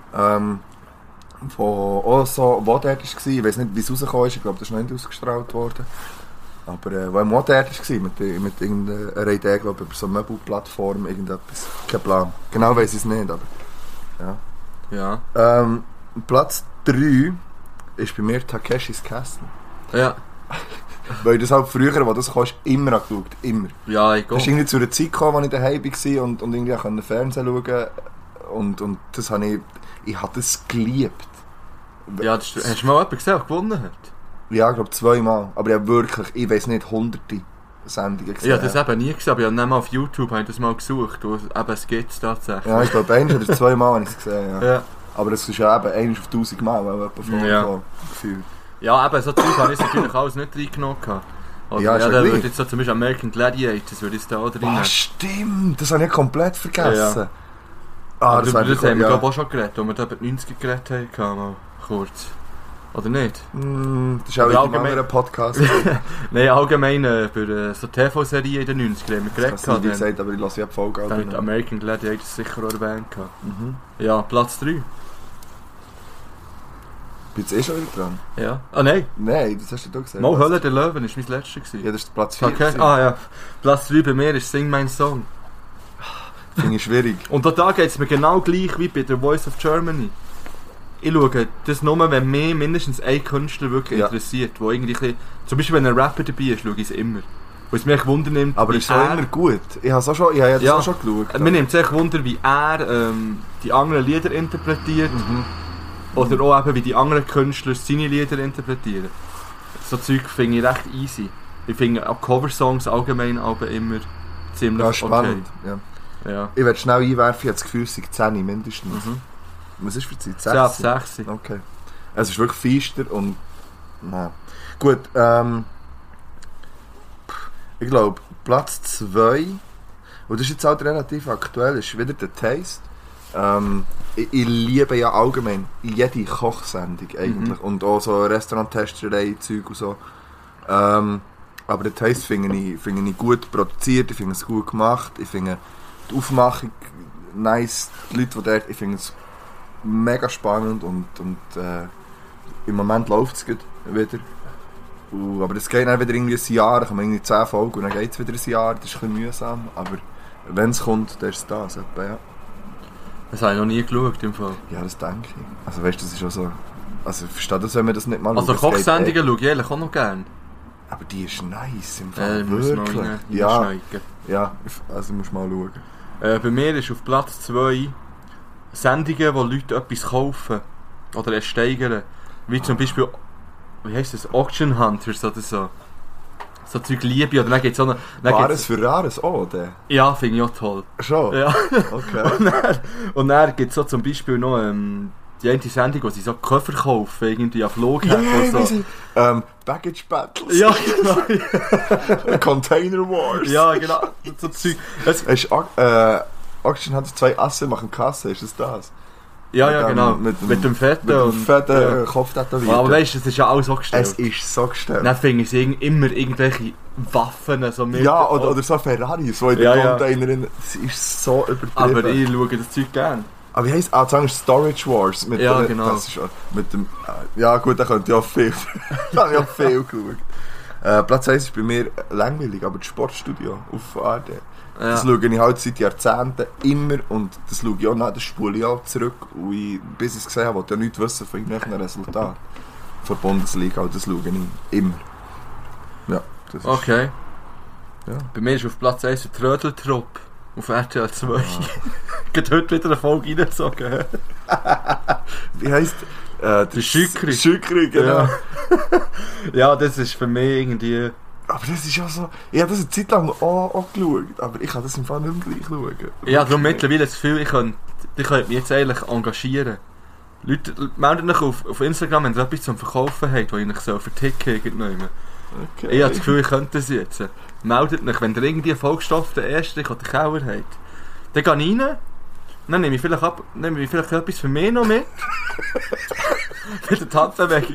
wo auch so modern war. Ich weiß nicht, wie es rausgekommen ist, ich glaube, das ist noch nicht ausgestrahlt worden. Aber wo er modern war, mit irgendeiner Idee, glaube ich, über so eine Möbelplattform, irgendetwas. Kein Plan. Genau weiss ich es nicht, aber ja. Ja. Platz 3 ist bei mir Takeshis Castle. Ja. Weil ich das halt früher, wo das kam, immer angeschaut. Immer. Ja, ich Das ist gehe. irgendwie zu einer Zeit gekommen, als ich daheim war und irgendwie auch Fernsehen schauen. Und das habe ich habe das geliebt. Ja, das, hast du mal jemanden gesehen, der gewonnen hat? Ja, ich glaube 2-mal. Aber ich habe wirklich, ich weiß nicht, hunderte Sendungen gesehen. Ja, das eben nie gesehen, aber ich habe nicht mal auf YouTube habe ich das mal gesucht, wo es gibt tatsächlich. Ja, ich glaube 1 oder 2-mal habe ich es gesehen. Ja. Ja. Aber das ist ja eben 1 auf 1000 Mal, weil jemand Ja. vorgekommen gefühlt. Ja, eben, so Zeug habe ich natürlich alles nicht reingenommen. Oder, Ja, ist ja da gleich. würde jetzt so zum Beispiel American Gladiators würde ich da auch drin Ah, haben. stimmt! Das habe ich komplett vergessen. Ja. Ah, Aber das über das haben wir ja. glaube auch schon geredet, wo wir da über die 90er geredet haben, mal kurz. Oder nicht? Das ist auch in Ja, einem allgemein- anderen Podcast. Nein, allgemein über so TV-Serien in den 90ern haben wir Das geredet. hast du wie Dann gesagt, aber ich lasse ja die Folge auch dann hat nicht. American Gladiators sicher auch erwähnt. Mhm. Ja, Platz 3. Bin jetzt schon wieder dran? Ja. Ah nein, Nein, das hast du doch gesagt. mal Hölle der Löwen ist mein letzter gewesen. Ja, das ist Platz 4. Okay. Ah ja, Platz 3 bei mir ist Sing mein Song. Finde ich schwierig. Und auch da geht es mir genau gleich wie bei der Voice of Germany. Ich schaue das nur, wenn mich mindestens ein Künstler wirklich Ja. interessiert. Wo irgendwie ein bisschen, zum Beispiel wenn ein Rapper dabei ist, schaue ich es immer. Weil es mich Wunder nimmt, Aber wie ist so immer gut. Ich habe das Ja. auch schon geschaut. Mir nimmt es echt Wunder, wie er die anderen Lieder interpretiert. Mhm. Oder auch eben, wie die anderen Künstler seine Lieder interpretieren. So Zeug finde ich recht easy. Ich finde auch Coversongs allgemein aber immer ziemlich Ja, spannend. okay. Ja. Ja. Ich werde schnell einwerfen, ich habe das Gefühl, es sind 10 mindestens. Was ist für Zeit? 6? Ja, 6. Okay. Es ist wirklich feister und... Nein. Gut, ich glaube, Platz 2, und das ist jetzt halt relativ aktuell, ist wieder der Taste. Ich liebe ja allgemein jede Kochsendung eigentlich und auch so Restaurant-Testerei-Zeug und so. Aber den Taste finde ich gut produziert, ich finde es gut gemacht, ich finde die Aufmachung nice, die Leute, die dort, ich finde es mega spannend und im Moment läuft es wieder. Aber das geht dann wieder irgendwie ein Jahr, dann kommen irgendwie 10 Folgen und dann geht es wieder ein Jahr, das ist ein bisschen mühsam, aber wenn es kommt, dann ist es das. Etwa, ja. Das habe ich noch nie geschaut im Fall. Ja, das denke ich. Also weißt du, das ist auch so... Also ich verstehe das, wenn man das nicht mal Also schaut. Kochsendungen schaue ich eigentlich auch noch gerne. Aber die ist nice im Fall, Muss wirklich. noch Ja, ja, also musst du mal schauen. Bei mir ist auf Platz 2 Sendungen, wo Leute etwas kaufen oder es steigern. Wie zum Beispiel, wie heisst das, Auction Hunters oder so. So Zeug liebe oder dann gibt es so eine... Wahres für Rares, oh, der. Ja, finde ich auch toll. Schon? Ja. Okay. und dann gibt es so zum Beispiel noch die eine Sendung, wo sie so Koffer kaufen, irgendwie an Flughäfen oder so. Baggage Battles. Ja, genau. Container Wars. Ja, genau. So Zeug. Auction hat 2 Asse machen Kasse, ist es das? Ja, genau. Mit dem Fetten. Mit dem fetten Kopf tätowiert. Aber weißt du, es ist ja alles so gestellt. Es ist so gestellt. Dann finde ich immer irgendwelche Waffen so mit. Ja, oder so Ferraris, so in den Containern. Es ist so übertrieben. Aber ich schaue das Zeug gerne. Aber wie heisst es? Storage Wars. Ja, genau. Das ist, mit dem, ja gut, da könnte ich auch viel. Da habe ich auch viel geschaut. Platz 1 ist bei mir langweilig, aber das Sportstudio auf ARD. Ja. Das schaue ich halt seit Jahrzehnten immer und das schaue ich auch nach, das spule ich auch zurück. Und bis ich es gesehen habe, wollte ich ja nichts wissen von irgendwelchen Resultaten. Von der Bundesliga, das schaue ich immer. Ja, das ist, okay. Ja. Bei mir ist auf Platz 1 der Trödeltrupp auf RTL 2. Ich habe heute wieder eine Folge reingezogen. Wie heisst der Schückri. Schückri, genau. Ja. Ja, das ist für mich irgendwie... Aber das ist ja so... Ich habe das eine Zeit lang auch geschaut, aber ich kann das im Fall nicht mehr gleich schauen. Ja, darum mittlerweile das Gefühl, ich könnte mich jetzt eigentlich engagieren. Leute, meldet euch auf Instagram, wenn ihr etwas zum Verkaufen habt, wo ich euch so verticken irgendwann. Okay. Ich habe das Gefühl, ich könnte das jetzt. Meldet euch, wenn ihr irgendwie einen vollgestopften Estrich oder Keller habt. Dann gehe ich rein, dann nehme ich vielleicht etwas für mich noch mit. Mit der Handbewegung.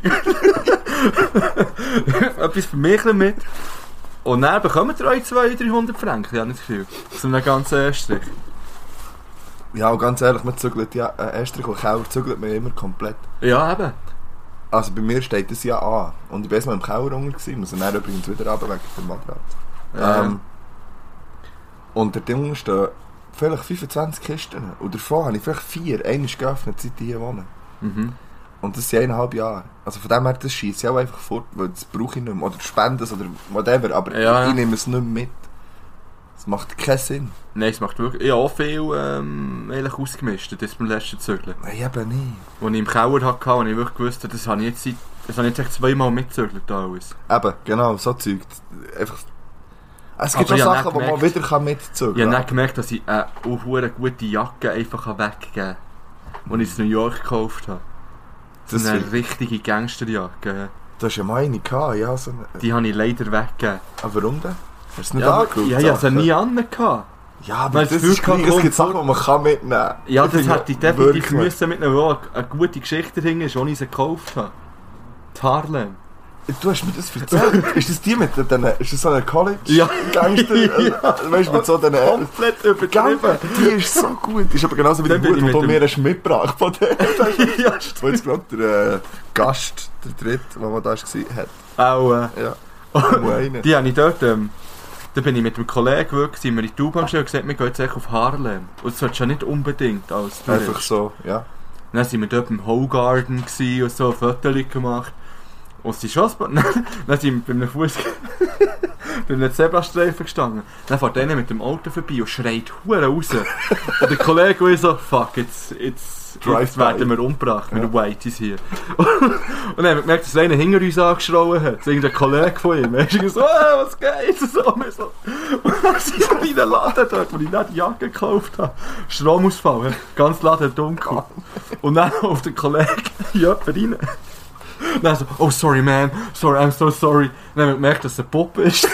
Etwas für mich mit. Und dann bekommt ihr euch 200-300 Franken, ich habe das Gefühl. So einen ganzen Estrich. Ja, und ganz ehrlich, man zügelt ja, Estrich und Keller zügelt man immer komplett. Ja, eben. Also bei mir steht das ja an. Und ich war erst mal im Keller runter, muss dann übrigens wieder runter wegen der Matratze. Ja. Und der Ding stehen vielleicht 25 Kisten. Und davon habe ich vielleicht 4. Eine ist geöffnet, seit ich hier wohne. Mhm. Und das sind 1,5 Jahre. Also von dem her, das scheisse ich auch einfach fort, weil das brauche ich nicht mehr. Oder spende es oder whatever, aber ich nehme es nicht mehr mit. Das macht keinen Sinn. Nein, es macht wirklich... Ich habe auch viel eigentlich ausgemistet, das beim letzten Zügeln. Nein, eben nicht. Als ich im Keller hatte, und ich wirklich gewusst habe, das habe ich jetzt echt 2-mal mitgezügelt alles. Eben, genau, so Zeug. Einfach... Es gibt aber auch Sachen, die man wieder mitzügeln kann. Ich habe nicht gemerkt, dass ich eine gute Jacke einfach weggeben kann, die ich in New York gekauft habe. Das ist eine richtige Gangsterjacke. Du hast ja meine gehabt, ja. So eine... Die habe ich leider weggegeben. Aber warum denn? Hast du nicht ja, angeschaut? Ja, ich habe sie nie angehabt. Ja, aber das ist gleich, es gibt Sachen, die man kann mitnehmen kann. Ja, das hätte ich definitiv müssen mitnehmen, weil eine gute Geschichte dahinter ist, ohne sie gekauft habe. Die Harlem. Du hast mir das erzählt. Ist das die mit den... Ist das so eine College-Gangster? Ja. Weißt du, mit so den... Komplett übertrieben. Die ist so gut. Ist aber genauso wie der Hut, den du mir hast mitgebracht von der. Ja, wo jetzt gerade der Gast, der dritte, der da war, hat. Auch, ja. Die habe ich dort... Da bin ich mit einem Kollegen wirklich, sind wir in die U-Bahn gestellt und gesagt, wir gehen jetzt auf Harlem. Und das solltest du ja nicht unbedingt als Tourist. Einfach so, ja. Dann waren wir dort im Hogarden und so, Fotos gemacht. Und sie schon dann sind wir bei einem bei einem Zebrastreifen gestanden. Dann fährt einer mit dem Auto vorbei und schreit Huren raus. Und der Kollege und ich so, fuck, jetzt werden wir umgebracht mit den Whiteys hier. Und dann haben wir gemerkt, dass einer hinter uns angeschrien hat. Das ist irgendein Kollege von ihm. Er ist so, was geht? Und dann sind wir in den Laden dort, wo ich nicht die Jacke gekauft habe. Stromausfall, ganz Laden dunkel. Und dann auf den Kollegen jemand rein. Und dann so, oh sorry man, sorry, I'm so sorry. Dann haben wir gemerkt, dass es eine Puppe ist.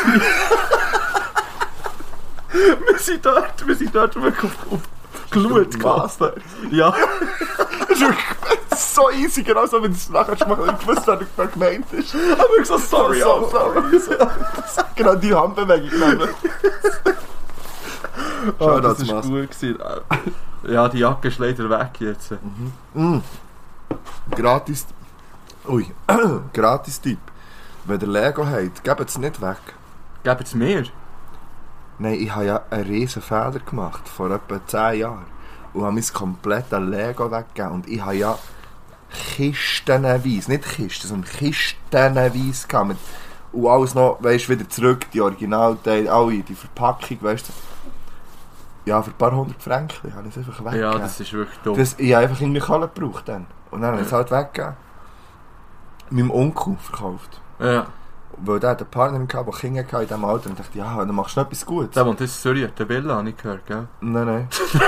wir sind dort wirklich auf Glut gelassen. Ja. Das ist so easy, genau so, wenn du es nachher schon mal gewusst hast, wer gemeint ist. Aber ich so, sorry. Genau die Handbewegung nehmen. Oh, das war gut gewesen. Ja, die Jacke ist leider weg jetzt. Gratis-Tipp. Wenn ihr Lego habt, gebt es nicht weg. Gebt es mir? Nein, ich habe ja einen riesen Fehler gemacht, vor etwa 10 Jahren. Und habe mein komplettes Lego weggegeben. Und ich habe ja kistenweise, nicht Kisten, sondern kistenweise gehabt. Und alles noch, weißt, wieder zurück, die Originalteile, alle, die Verpackung, weißt du. Ja, für ein paar 100 Franken habe ich es einfach weggegeben. Ja, das ist wirklich dumm. Ich habe einfach irgendwie Kohle gebraucht dann. Und dann habe ich es halt weggegeben. Meinem Onkel verkauft. Ja. Weil der hatte einen Partner gehabt, der Kinder hatte in diesem Alter. Und ich dachte, ja, dann machst du noch etwas Gutes. Der wohnt in Zürich, der Villa, habe ich gehört, gell? Nein.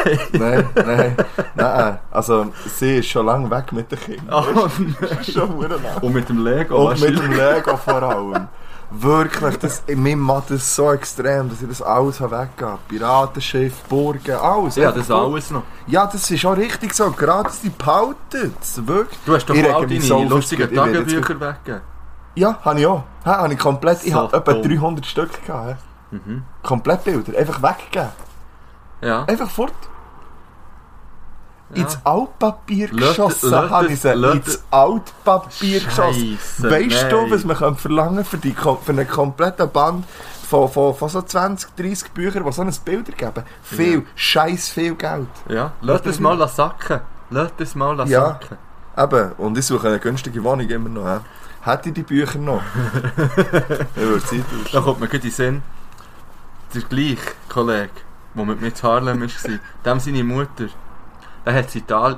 Nein. Also, sie ist schon lange weg mit den Kindern. Oh nein. Schon lange. Und mit dem Lego. Und mit dem Lego vor allem. Wirklich, mir macht das so extrem, dass ich das alles weggebe. Piratenschiff, Burgen, alles. Ja, das alles noch. Ja, das ist auch richtig so. Gratis, die behalten es. Wirklich. Du hast doch all deine lustigen Tagebücher weggegeben. Ja, habe ich auch. Habe ich komplett. So ich habe etwa dumm. 300 Stück gehabt. Komplett Bilder. Einfach weggegeben. Ja. Einfach fort. Ja. Ins Altpapier geschossen habe ich sie. Ins Altpapier geschossen. Weißt du, was man verlangen kann für einen kompletten Band von so 20, 30 Büchern, die so ein Bild geben? Viel, scheiß viel Geld. Ja, lass das mal sacken. Ja, eben. Und ich suche eine günstige Wohnung immer noch. He? Hätte ich die Bücher noch? Ich würde Zeit tauschen. Da kommt mir gerade in den Sinn, der gleiche Kollege, der mit mir in Harlem war, dem seine Mutter, die hat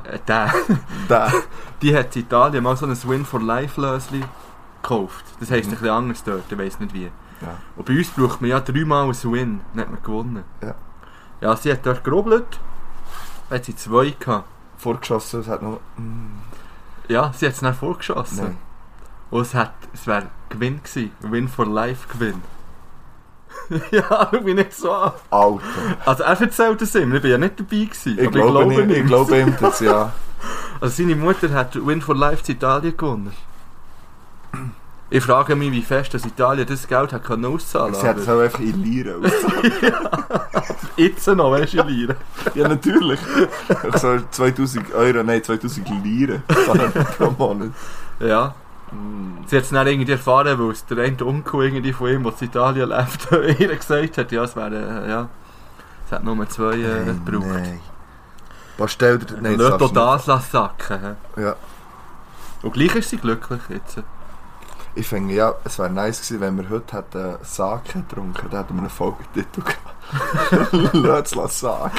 in Italien mal so ein Win for Life Lösli gekauft. Das heisst ein bisschen anders dort, ich weiss nicht wie. Ja. Und bei uns braucht man ja 3-mal ein Win, dann hat man gewonnen. Ja. Ja, sie hat dort gerobelt, hat sie 2 gehabt. Vorgeschossen, es hat noch... Ja, sie hat es dann vorgeschossen. Nein. Und es wäre Gewinn gewesen. Win for Life Gewinn. Ja, du bin nicht so an. Alter. Also er erzählt es immer, ich war ja nicht dabei gewesen. Ich glaube ihm das, ja. Also seine Mutter hat Win for Life in Italien gewonnen. Ich frage mich, wie fest dass Italien das Geld hat können auszahlen. Sie hat es auch einfach in Liren auszahlen. Ja. Jetzt noch, weißt du, in Liren. Ja, natürlich. So 2000 Euro, nein, 2000 Liren pro Monat. Ja. Sie hat es dann irgendwie erfahren, weil es der eine Onkel irgendwie von ihm, der in Italien lebt, ihr gesagt hat, ja, es hat nur 2 gebraucht. Nein. Was stellt ihr... Nein, Lass doch das sacken. Ja. Und gleich ist sie glücklich jetzt. Ich finde, ja, es wäre nice gewesen, wenn wir heute hätten Sake getrunken, dann hätten wir einen Folgetitel gehabt. Lass Sake.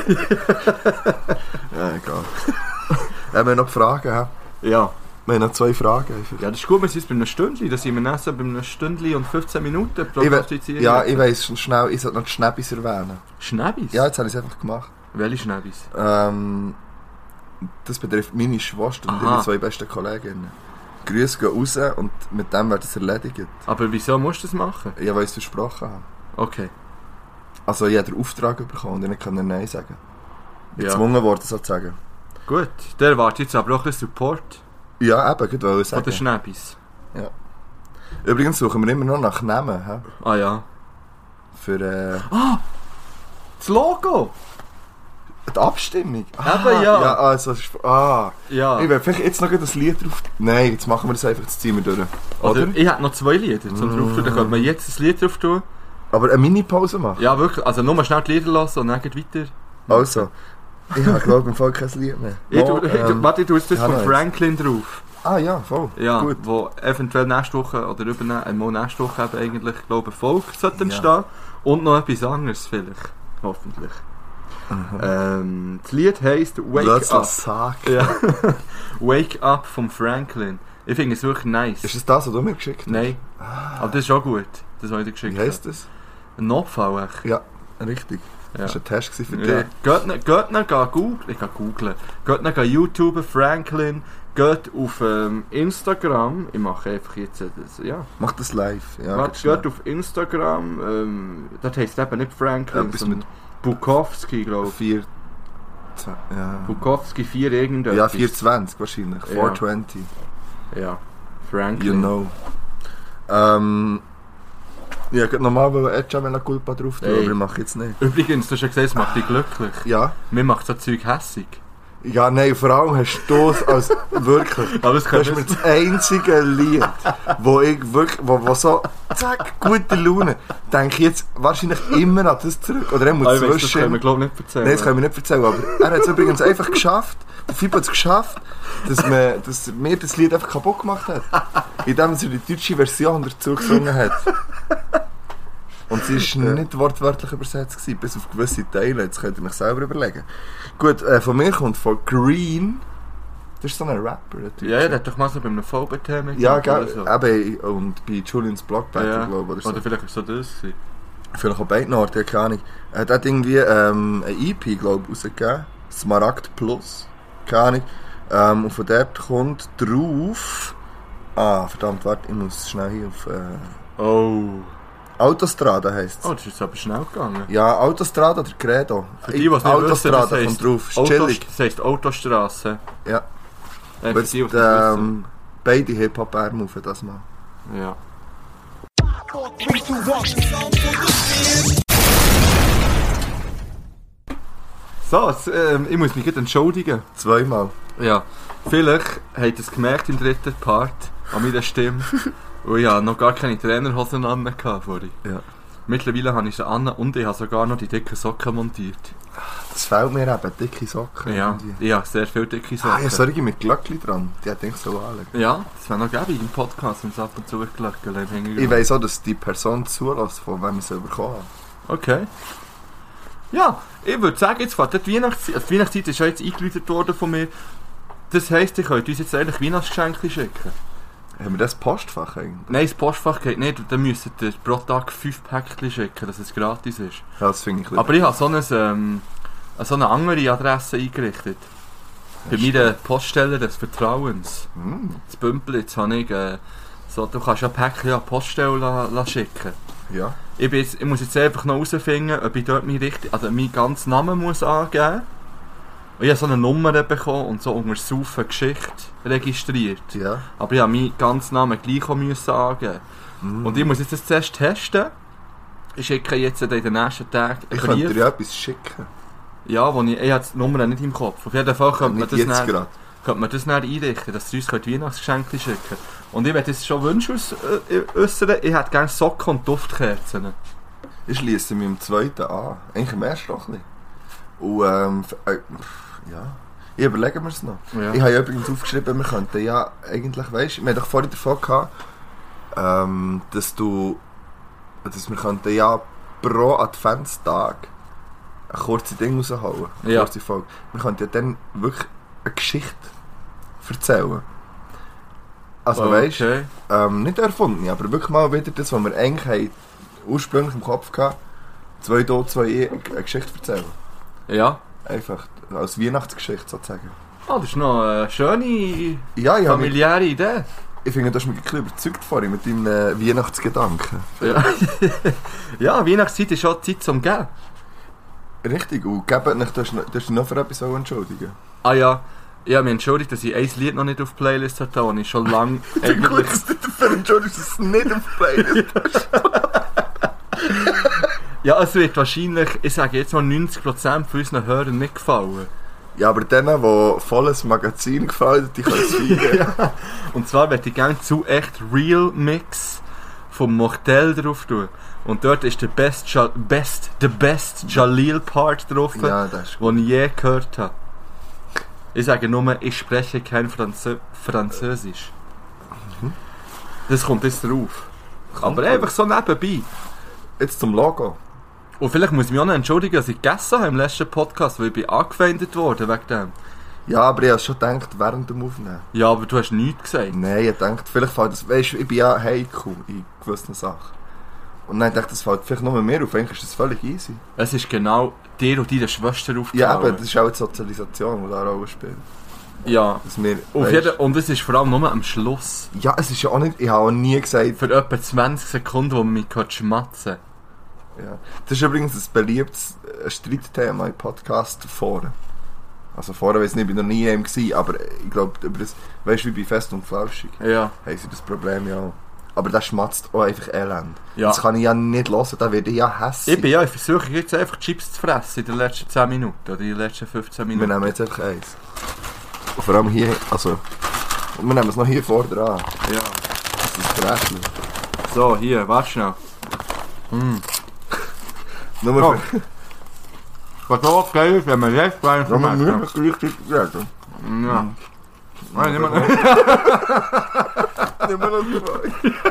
Ja, egal. Haben wir noch Fragen? Ja. Wir haben noch 2 Fragen. Einfach. Ja, das ist gut, wir sind bei einem Stündchen. Da sind wir dann so bei einem Stündchen und 15 Minuten prognostizieren. Ich weiss schon schnell, ich sollte noch die Schnäppis erwähnen. Schnäppis? Ja, jetzt habe ich es einfach gemacht. Welche Schnäppis? Das betrifft meine Schwester und ihre 2 besten Kolleginnen. Grüße gehen raus und mit dem wird es erledigt. Aber wieso musst du das machen? Ja, weil ich es versprochen habe. Okay. Also ich habe den Auftrag bekommen und ich konnte Nein sagen. Ich bin Ja. gezwungen worden, so zu sagen. Gut, der erwartet jetzt aber auch ein bisschen Support Ja, eben, gut wollte ich von sagen. den Schnäppis. Ja. Übrigens suchen wir immer noch nach Namen. He? Ah ja. Für Das Logo! die Abstimmung. Eben, ja. Ja, also, Ja. ich will vielleicht jetzt noch das Lied drauf... Nein, jetzt machen wir das einfach, jetzt ziehen wir durch. Oder? Ich hätte noch 2 Lieder zum drauf tun. Dann könnte man jetzt das Lied drauf tun. Aber eine Mini-Pause machen? Ja, wirklich. Also nur mal schnell die Lieder lassen und dann geht weiter. Also, ich habe glaube im Fall kein Lied mehr. Warte, ich tue jetzt das ja, von nice. Franklin drauf. Ah ja, voll. Ja, Gut. wo eventuell nächste Woche oder nächste Woche eben eigentlich, glaube ich, Folge sollte entstehen. Und noch etwas anderes vielleicht. Hoffentlich. Das Lied heisst Wake Up. Sagen. Ja. Wake Up von Franklin. Ich finde es wirklich nice. Ist das das, was du mir geschickt hast? Nein. Aber das ist auch gut. Das habe ich dir geschickt. Wie heisst das? Ein Notfall, echt? Ja, richtig. Ja. Das war ein Test für Ja. dich. Geht nicht googeln. Ich kann googlen. Geht nicht YouTube, Franklin. Geht auf Instagram. Ich mache einfach jetzt das. Ja. Mach das live. Ja, Warte, geht auf Instagram. Das heisst eben nicht Franklin, Etwas sondern Bukowski, glaube ich. 4... Ja. Bukowski 4 irgendetwas. Ja, 420 wahrscheinlich. Ja. 420. Ja. Franklin. You know. Ja, ich wollte normal Edge Mea Culpa drauf tun, Ey. aber ich mache jetzt nicht. Übrigens, du hast ja gesagt, es macht dich glücklich. Ja. Mir macht so Zeug hässig. Ja, nein, vor allem hast du es als wirklich. Aber das Das ist mir das einzige Lied, wo ich wirklich, wo so, zack, gute Laune, denke ich jetzt wahrscheinlich immer an das zurück. Oder er muss Das können wir, zwischen. glaube ich, nicht erzählen. Nein, das können wir nicht erzählen, aber er hat es übrigens einfach geschafft, der Fibo hat es geschafft, dass mir das Lied einfach kaputt gemacht hat. Indem er die deutsche Version dazu gesungen hat. Und sie war nicht wortwörtlich übersetzt gewesen, bis auf gewisse Teile. Jetzt könnt ihr mich selber überlegen. Gut, von mir kommt von Green. Das ist so ein Rapper, der Typ. Ja, der hat doch mal so bei einem VBT mitgemacht. Ja, gell, oder so. eben, und bei Julians Block Battle, Ja. glaube ich, oder so. Oder vielleicht war es so das gewesen. Vielleicht auch beiden Orten, ja, keine Ahnung. Er hat irgendwie eine EP, glaube ich, rausgegeben. Smaragd Plus. Keine Ahnung. Und von dort kommt drauf... Ah, verdammt, warte, ich muss schnell hier auf... Oh. Autostrada heisst es. Oh, das ist jetzt aber schnell gegangen. Ja, Autostrada oder Credo. Für die, die es nicht Autostrada wissen, kommt drauf. Ist chillig. Das heisst Autostrasse. Ja. Für Jetzt, die, die es nicht wissen. beide Hip-Hop-Arme auf das mal. Ja. So, jetzt, ich muss mich gerade entschuldigen. Zweimal. Ja, vielleicht habt ihr es gemerkt im dritten Part an meiner Stimme. Und ich hatte noch gar keine Trainerhosen an vorhin. Ja. Mittlerweile habe ich sie an und ich habe sogar noch die dicken Socken montiert. Das fehlt mir eben, dicke Socken. Ja, irgendwie. ich habe sehr viele dicke Socken. Ah, ja, solche mit Glöckchen dran. Die hätte ich so anlegen. Ja, das wäre noch gäbig im Podcast, wenn es ab und zu Glöckchen im Hintergrund. Ich weiss auch, dass die Person zulässt, von wem ich es bekommen habe. Okay. Ja, ich würde sagen, jetzt fährt die Weihnachtszeit. Die Weihnachtszeit ist ja jetzt eingeläutet worden von mir. Das heisst, ihr könnt uns jetzt eigentlich Weihnachtsgeschenke schicken. Haben wir das Postfach eigentlich? Nein, das Postfach geht nicht. Dann müsst ihr pro Tag 5 Päckchen schicken, dass es gratis ist. Ja, das finde ich ein Aber ich habe so eine andere Adresse eingerichtet. Bei meinen Poststeller des Vertrauens. Das Bümplitz habe ich so, du kannst ja Päckchen an die Poststelle schicken. Ja. Ich muss jetzt einfach noch herausfinden, ob ich dort meinen ganzen Namen muss angeben muss. Und ich habe so eine Nummer bekommen und so unter Saufen Geschichte registriert. Ja. Aber ich habe meinen ganzen Namen gleich auch müssen angeben. Und ich muss jetzt das zuerst testen. Ich schicke jetzt in den nächsten Tagen Ich einen könnte Brief. dir ja etwas schicken. Ja, ich habe die Nummer nicht im Kopf. Auf jeden Fall könnte man Nicht das jetzt dann, gerade. könnte man das dann einrichten, dass sie uns Weihnachtsgeschenke schicken können. Und ich werde jetzt schon Wünsche äußern. Ich hätte gerne Socken und Duftkerzen. Ich schließe mich im zweiten an. Eigentlich im ersten noch nicht. Und ja, ich überlege mir es noch. Ja. Ich habe ja übrigens aufgeschrieben, wir könnten ja eigentlich, weißt du, wir haben doch vorhin davon gehabt, dass wir könnten ja pro Adventstag eine kurze Ding raushauen. Eine Ja. kurze Folge. Wir könnten ja dann wirklich eine Geschichte erzählen. Also weißt Okay. du, nicht erfunden, aber wirklich mal wieder das, was wir eigentlich haben, ursprünglich im Kopf hatten, 2 Tod, 2 Ehe, eine Geschichte erzählen. Ja. Einfach als Weihnachtsgeschichte sozusagen. Ah, das ist noch eine schöne Ja, ich, familiäre Idee. ich finde, du hast mich ein bisschen überzeugt vorhin mit deinem Weihnachtsgedanken. Ja. Ja, Weihnachtszeit ist auch Zeit zum Geben. Richtig, und geben nicht, du hast dich noch für etwas entschuldigen. Ah ja, ich habe mich entschuldigt, dass ich ein Lied noch nicht auf die Playlist hatte, und ich schon lange Gut, eigentlich... dass du dafür entschuldigst, dass es nicht auf Playlist ist. Ja, es wird wahrscheinlich, ich sage jetzt mal 90% von unseren Hörern nicht gefallen. Ja, aber denen, die volles Magazin gefallen, die können es feiern. Ja. Und zwar möchte ich gerne zu echt Real Mix vom Mochtel drauf tun. Und dort ist der best Jalil Part drauf, Ja, das ist den ich je gehört habe. Ich sage nur, ich spreche kein Französisch. Das kommt jetzt drauf. Aber einfach so nebenbei. Jetzt zum Logo. Und vielleicht muss ich mich auch noch entschuldigen, dass ich gegessen habe im letzten Podcast, weil ich bin angefeindet worden wegen dem. Ja, aber ich habe schon gedacht, während dem Aufnehmen. Ja, aber du hast nichts gesagt. Nein, ich dachte, vielleicht fällt das... Weißt du, ich bin ja heikel in gewissen Sachen. Und dann dachte ich, das fällt vielleicht nur mehr auf. Eigentlich ist das völlig easy. Es ist genau dir und deiner Schwester aufgefallen. Ja, aber das ist auch die Sozialisation, die da eine Rolle spielt. Ja. Dass wir, und es ist vor allem nur am Schluss. Ja, es ist ja auch nicht... Ich habe auch nie gesagt... Für etwa 20 Sekunden, wo man mich schmatzen. Ja. Das ist übrigens ein beliebtes Streitthema im Podcast vorne. Also vorher weiss ich nicht, ich war noch nie in einem gewesen, aber ich glaube, über das, weißt du, wie bei Fest und Flauschig, ja, haben sie das Problem ja auch. Aber der schmatzt auch einfach elend. Ja. Das kann ich ja nicht hören, da werde ich ja hässlich. Ich versuche jetzt einfach Chips zu fressen in den letzten 10 Minuten oder in den letzten 15 Minuten. Wir nehmen jetzt einfach eins. Und vor allem hier, also, und wir nehmen es noch hier vorne dran. Ja. Das ist grässlich. So, hier, warte schnell. Nur für... Was auch geil ist, wenn man jetzt rein Nur wir gleichzeitig reden. Ja. Nein, nimm mal. Nimm mal noch zwei.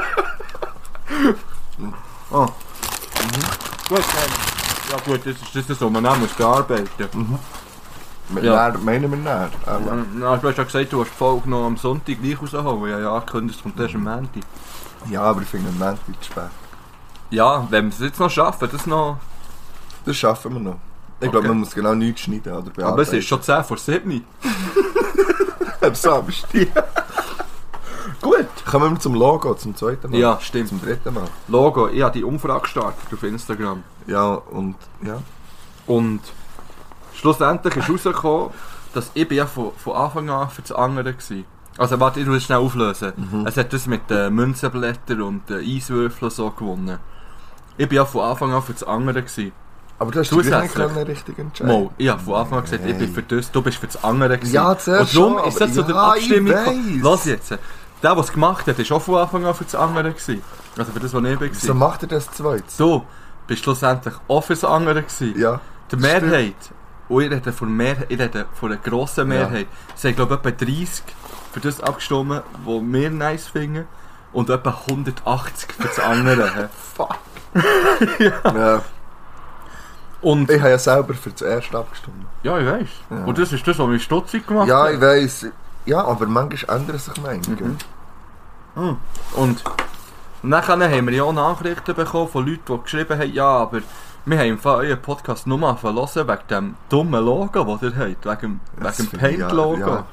Oh. Gut, ja gut, das ist das, was man auch muss bearbeiten. Mit Ja. näher, meinen wir näher. Ja, du hast ja gesagt, du hast die Folge noch am Sonntag gleich rausgehauen. Ja, angekündigt, es kommt erst am Montag. Ja, aber ich finde den Moment zu spät. Ja, wenn wir es jetzt noch schaffen, das noch... Das schaffen wir noch. Ich glaube, man muss genau nichts schneiden oder bearbeiten. Aber es ist schon 10 vor 7. Am Samstag. Gut. Kommen wir zum Logo, zum zweiten Mal. Ja, stimmt. Zum dritten Mal. Logo, ich habe die Umfrage gestartet auf Instagram. Ja, und... Ja. Und schlussendlich ist herausgekommen, dass ich ja von Anfang an für das andere war. Also warte, ich will es schnell auflösen. Es hat das mit den Münzenblättern und den Eiswürfeln so gewonnen. Ich bin ja von Anfang an für das andere gewesen. Aber du hast dich nicht richtig entscheiden. Mo, ich habe von Anfang an gesagt, ich bin für das, du bist für das andere gewesen. Ja, zuerst und darum schon, ist das zu der ja, Abstimmung ich gekommen. Lass jetzt. Der, der es gemacht hat, ist auch von Anfang an für das andere gewesen. Also für das, was ich war. Wieso macht er das zweites? Du bist schlussendlich auch für das andere gewesen. Ja. Die Mehrheit, und ich rede von einer grossen Mehrheit, sie haben glaube ich etwa 30 für das abgestimmt, was wir nice finden, und etwa 180 für das andere. Fuck. Ja. Und ich habe ja selber für das erste abgestimmt. ja, ich weiss. Ja. Und das ist das, was mich stutzig gemacht Ja, hat. ich weiss. Ja, aber manchmal ändern sich Meinungen. Und nachher haben wir ja auch Nachrichten bekommen von Leuten, die geschrieben haben, ja, aber wir haben im Fall euren Podcast nur mal verlassen wegen dem dummen Logo, das ihr habt. Wegen dem Paint-Logo. Ja.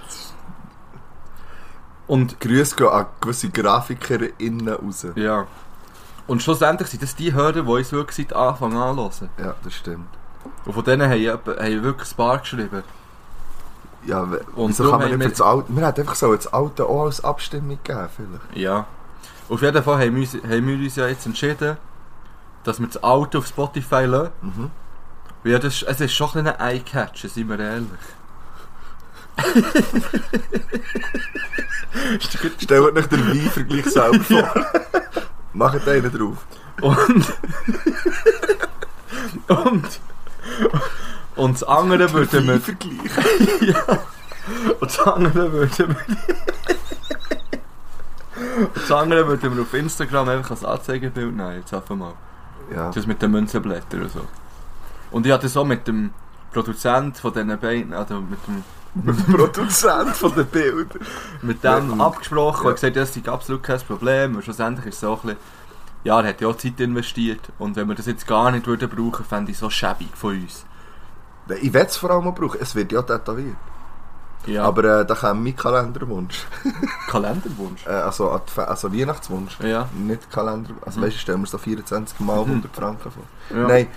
Und Grüße gehen an gewisse GrafikerInnen raus. ja. Und schlussendlich sind das die Hörer, die uns wirklich seit Anfang an hören. Ja, das stimmt. Und von denen haben wirklich ein paar geschrieben. Ja, Und wieso darum kann man haben nicht für das Alte... Wir hätten einfach so das Alte auch als Abstimmung geben, vielleicht. Ja. Auf jeden Fall haben wir uns ja jetzt entschieden, dass wir das Alte auf Spotify lassen. Weil es ist schon ein Eye-Catcher, seien wir ehrlich. Stellt euch den Wein-Vergleich selber vor. Macht einen drauf. Und das andere würden wir... Vergleich. Ja. Und das andere würden wir auf Instagram einfach als Anzeigebild nehmen. Jetzt einfach mal. Ja. Das mit den Münzenblättern und so. Und ich hatte so mit dem Produzent von diesen beiden, also mit dem Produzent von den Bildern. mit dem Ja. abgesprochen Ja. und gesagt, das ist absolut kein Problem. Und schlussendlich ist es so ein bisschen, ja, er hat ja auch Zeit investiert. Und wenn wir das jetzt gar nicht würden brauchen, fände ich es so schäbig von uns. Ich will es vor allem auch brauchen. Es wird ja tätowiert. Ja. Aber da kommt mein Kalenderwunsch. Kalenderwunsch? Also Weihnachtswunsch. Ja. Nicht Kalender. Also weißt du, stellen wir so 24 mal 100 Franken vor. Ja. Nein,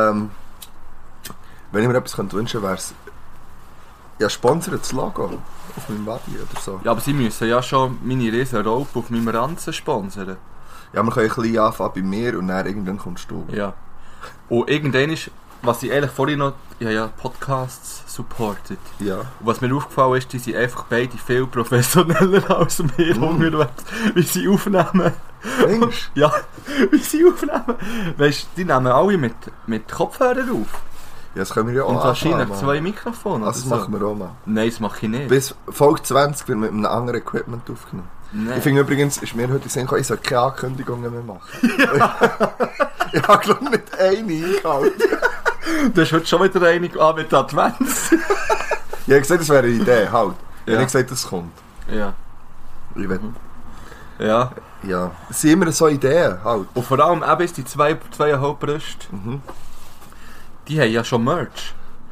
wenn ich mir etwas wünschen könnte, wäre es ja sponsert das Logo auf meinem Body oder so. Ja, aber sie müssen ja schon meine riesen Raupe auf meinem Ranzen sponsern. Ja, wir können ein bisschen anfangen bei mir und dann irgendwann kommst du. Ja. Und irgendwann ist, was ich ehrlich vorhin noch, ich habe ja Podcasts supported. Ja. Und was mir aufgefallen ist, die sind einfach beide viel professioneller als wir unterwegs, wie sie aufnehmen. Denkst Ja, wie sie aufnehmen. Weißt du, die nehmen alle mit Kopfhörern auf. Ja, das können wir ja auch Und wahrscheinlich anfangen. 2 Mikrofone. Das oder machen wir auch mal. Nein, das mache ich nicht. Bis Folge 20 wird mit einem anderen Equipment aufgenommen. Nein. Ich finde übrigens, ist mir heute in den Sinn gekommen, ich soll keine Ankündigungen mehr machen. Ich habe glaube ich nicht eine eingehalten. Du hast heute schon wieder eine mit Advents. Ich habe gesagt, das wäre eine Idee, halt. Ich Ja. habe nicht gesagt, das kommt. Ja. Ich will, Ja. ja. Es sind immer so Ideen, halt. Und vor allem eben ist die 2,5 Brüste, Mhm. die haben ja schon Merch.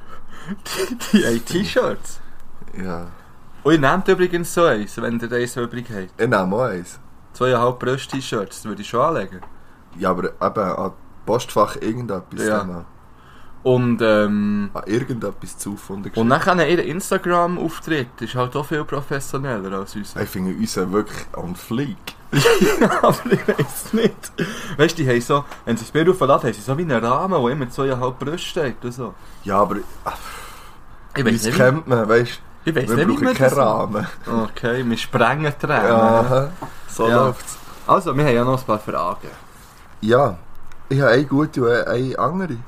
Die haben T-Shirts. Ja. Und ihr nehmt übrigens so eins, wenn ihr eins übrig habt. Ich nehme auch eins. 2,5 Brüste-T-Shirts, das würde ich schon anlegen. Ja, aber eben an Postfach irgendetwas. Ja. An Und irgendetwas zugefunden. und dann ihr Instagram-Auftritt ist halt auch viel professioneller als unser. Ich finde unseren wirklich on fleek. Ja, aber ich weiß nicht. Weißt du, die haben so, wenn sie das Bild aufladen, haben sie so wie einen Rahmen, wo immer 2,5 Brüste steht und so. Ja, aber Ich weiß uns nicht, kennt man, weißt ich weiss wir nicht, wie brauchen man keinen das Rahmen. Okay, wir sprengen die Rahmen. Ja, so Ja. läuft's. Also, wir haben ja noch ein paar Fragen. Ja, ich habe eine gute und eine andere.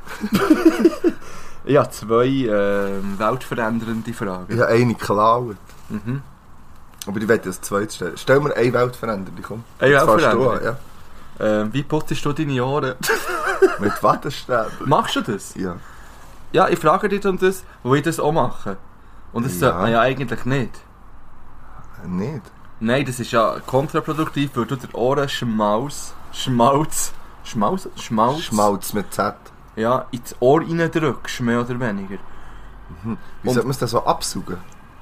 Ich habe 2 weltverändernde Fragen. Ich habe eine geklaut. Mhm. Aber ich werde das zweite stellen. Stell mir eine Weltverändernde, komm. Eine Jetzt fährst Weltverändernde? du an, ja. Wie putzt du deine Ohren? Mit Wattestäbchen. Machst du das? Ja. Ja, ich frage dich um das, wo ich das auch mache. Und das Ja. sollte man ja eigentlich nicht. Nicht? Nein, das ist ja kontraproduktiv, weil du den Ohrenschmalz, Schmalz Schmalz mit Z. ja, ins Ohr reindrückst, mehr oder weniger. Wie Und- sollte man das so absaugen?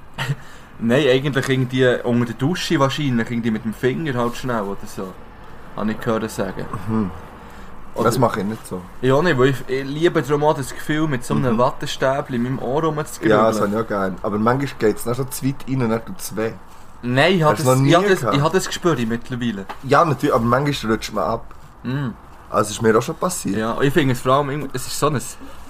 Nein, eigentlich irgendwie unter der Dusche wahrscheinlich, irgendwie mit dem Finger halt schnell oder so. Habe ich gehört sagen. Oder- Das mache ich nicht so. Ja, nicht, weil ich liebe darum auch das Gefühl, mit so einem Wattestäbchen in meinem Ohr rumzugrübeln. Ja, das habe ich auch gerne. Aber manchmal geht es nicht so zu weit rein und dann tut es weh. Nein, ich habe Hast du noch nie gehabt? das gespürt mittlerweile. Ja, natürlich, aber manchmal rutscht man ab. Mm. Also ist mir auch schon passiert. Ja, und ich finde es vor allem, es ist so ein...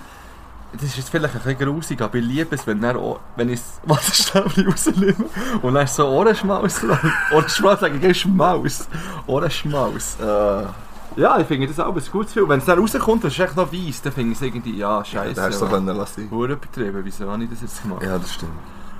Das ist jetzt vielleicht ein bisschen grusig, aber ich liebe es, wenn ich das Wasserstäbchen rausnehme und dann so Ohrenschmaus lang. Ohrenschmaus sage ich, Schmaus. Ohrenschmaus. Ja, ich finde das auch ein gutes Gefühl. Wenn es dann rauskommt und es ist echt noch weiss, dann finde ich es irgendwie, ja, scheiße. Da hast du so können lassen. Hure übertrieben, wieso habe ich das jetzt gemacht? Ja, das stimmt.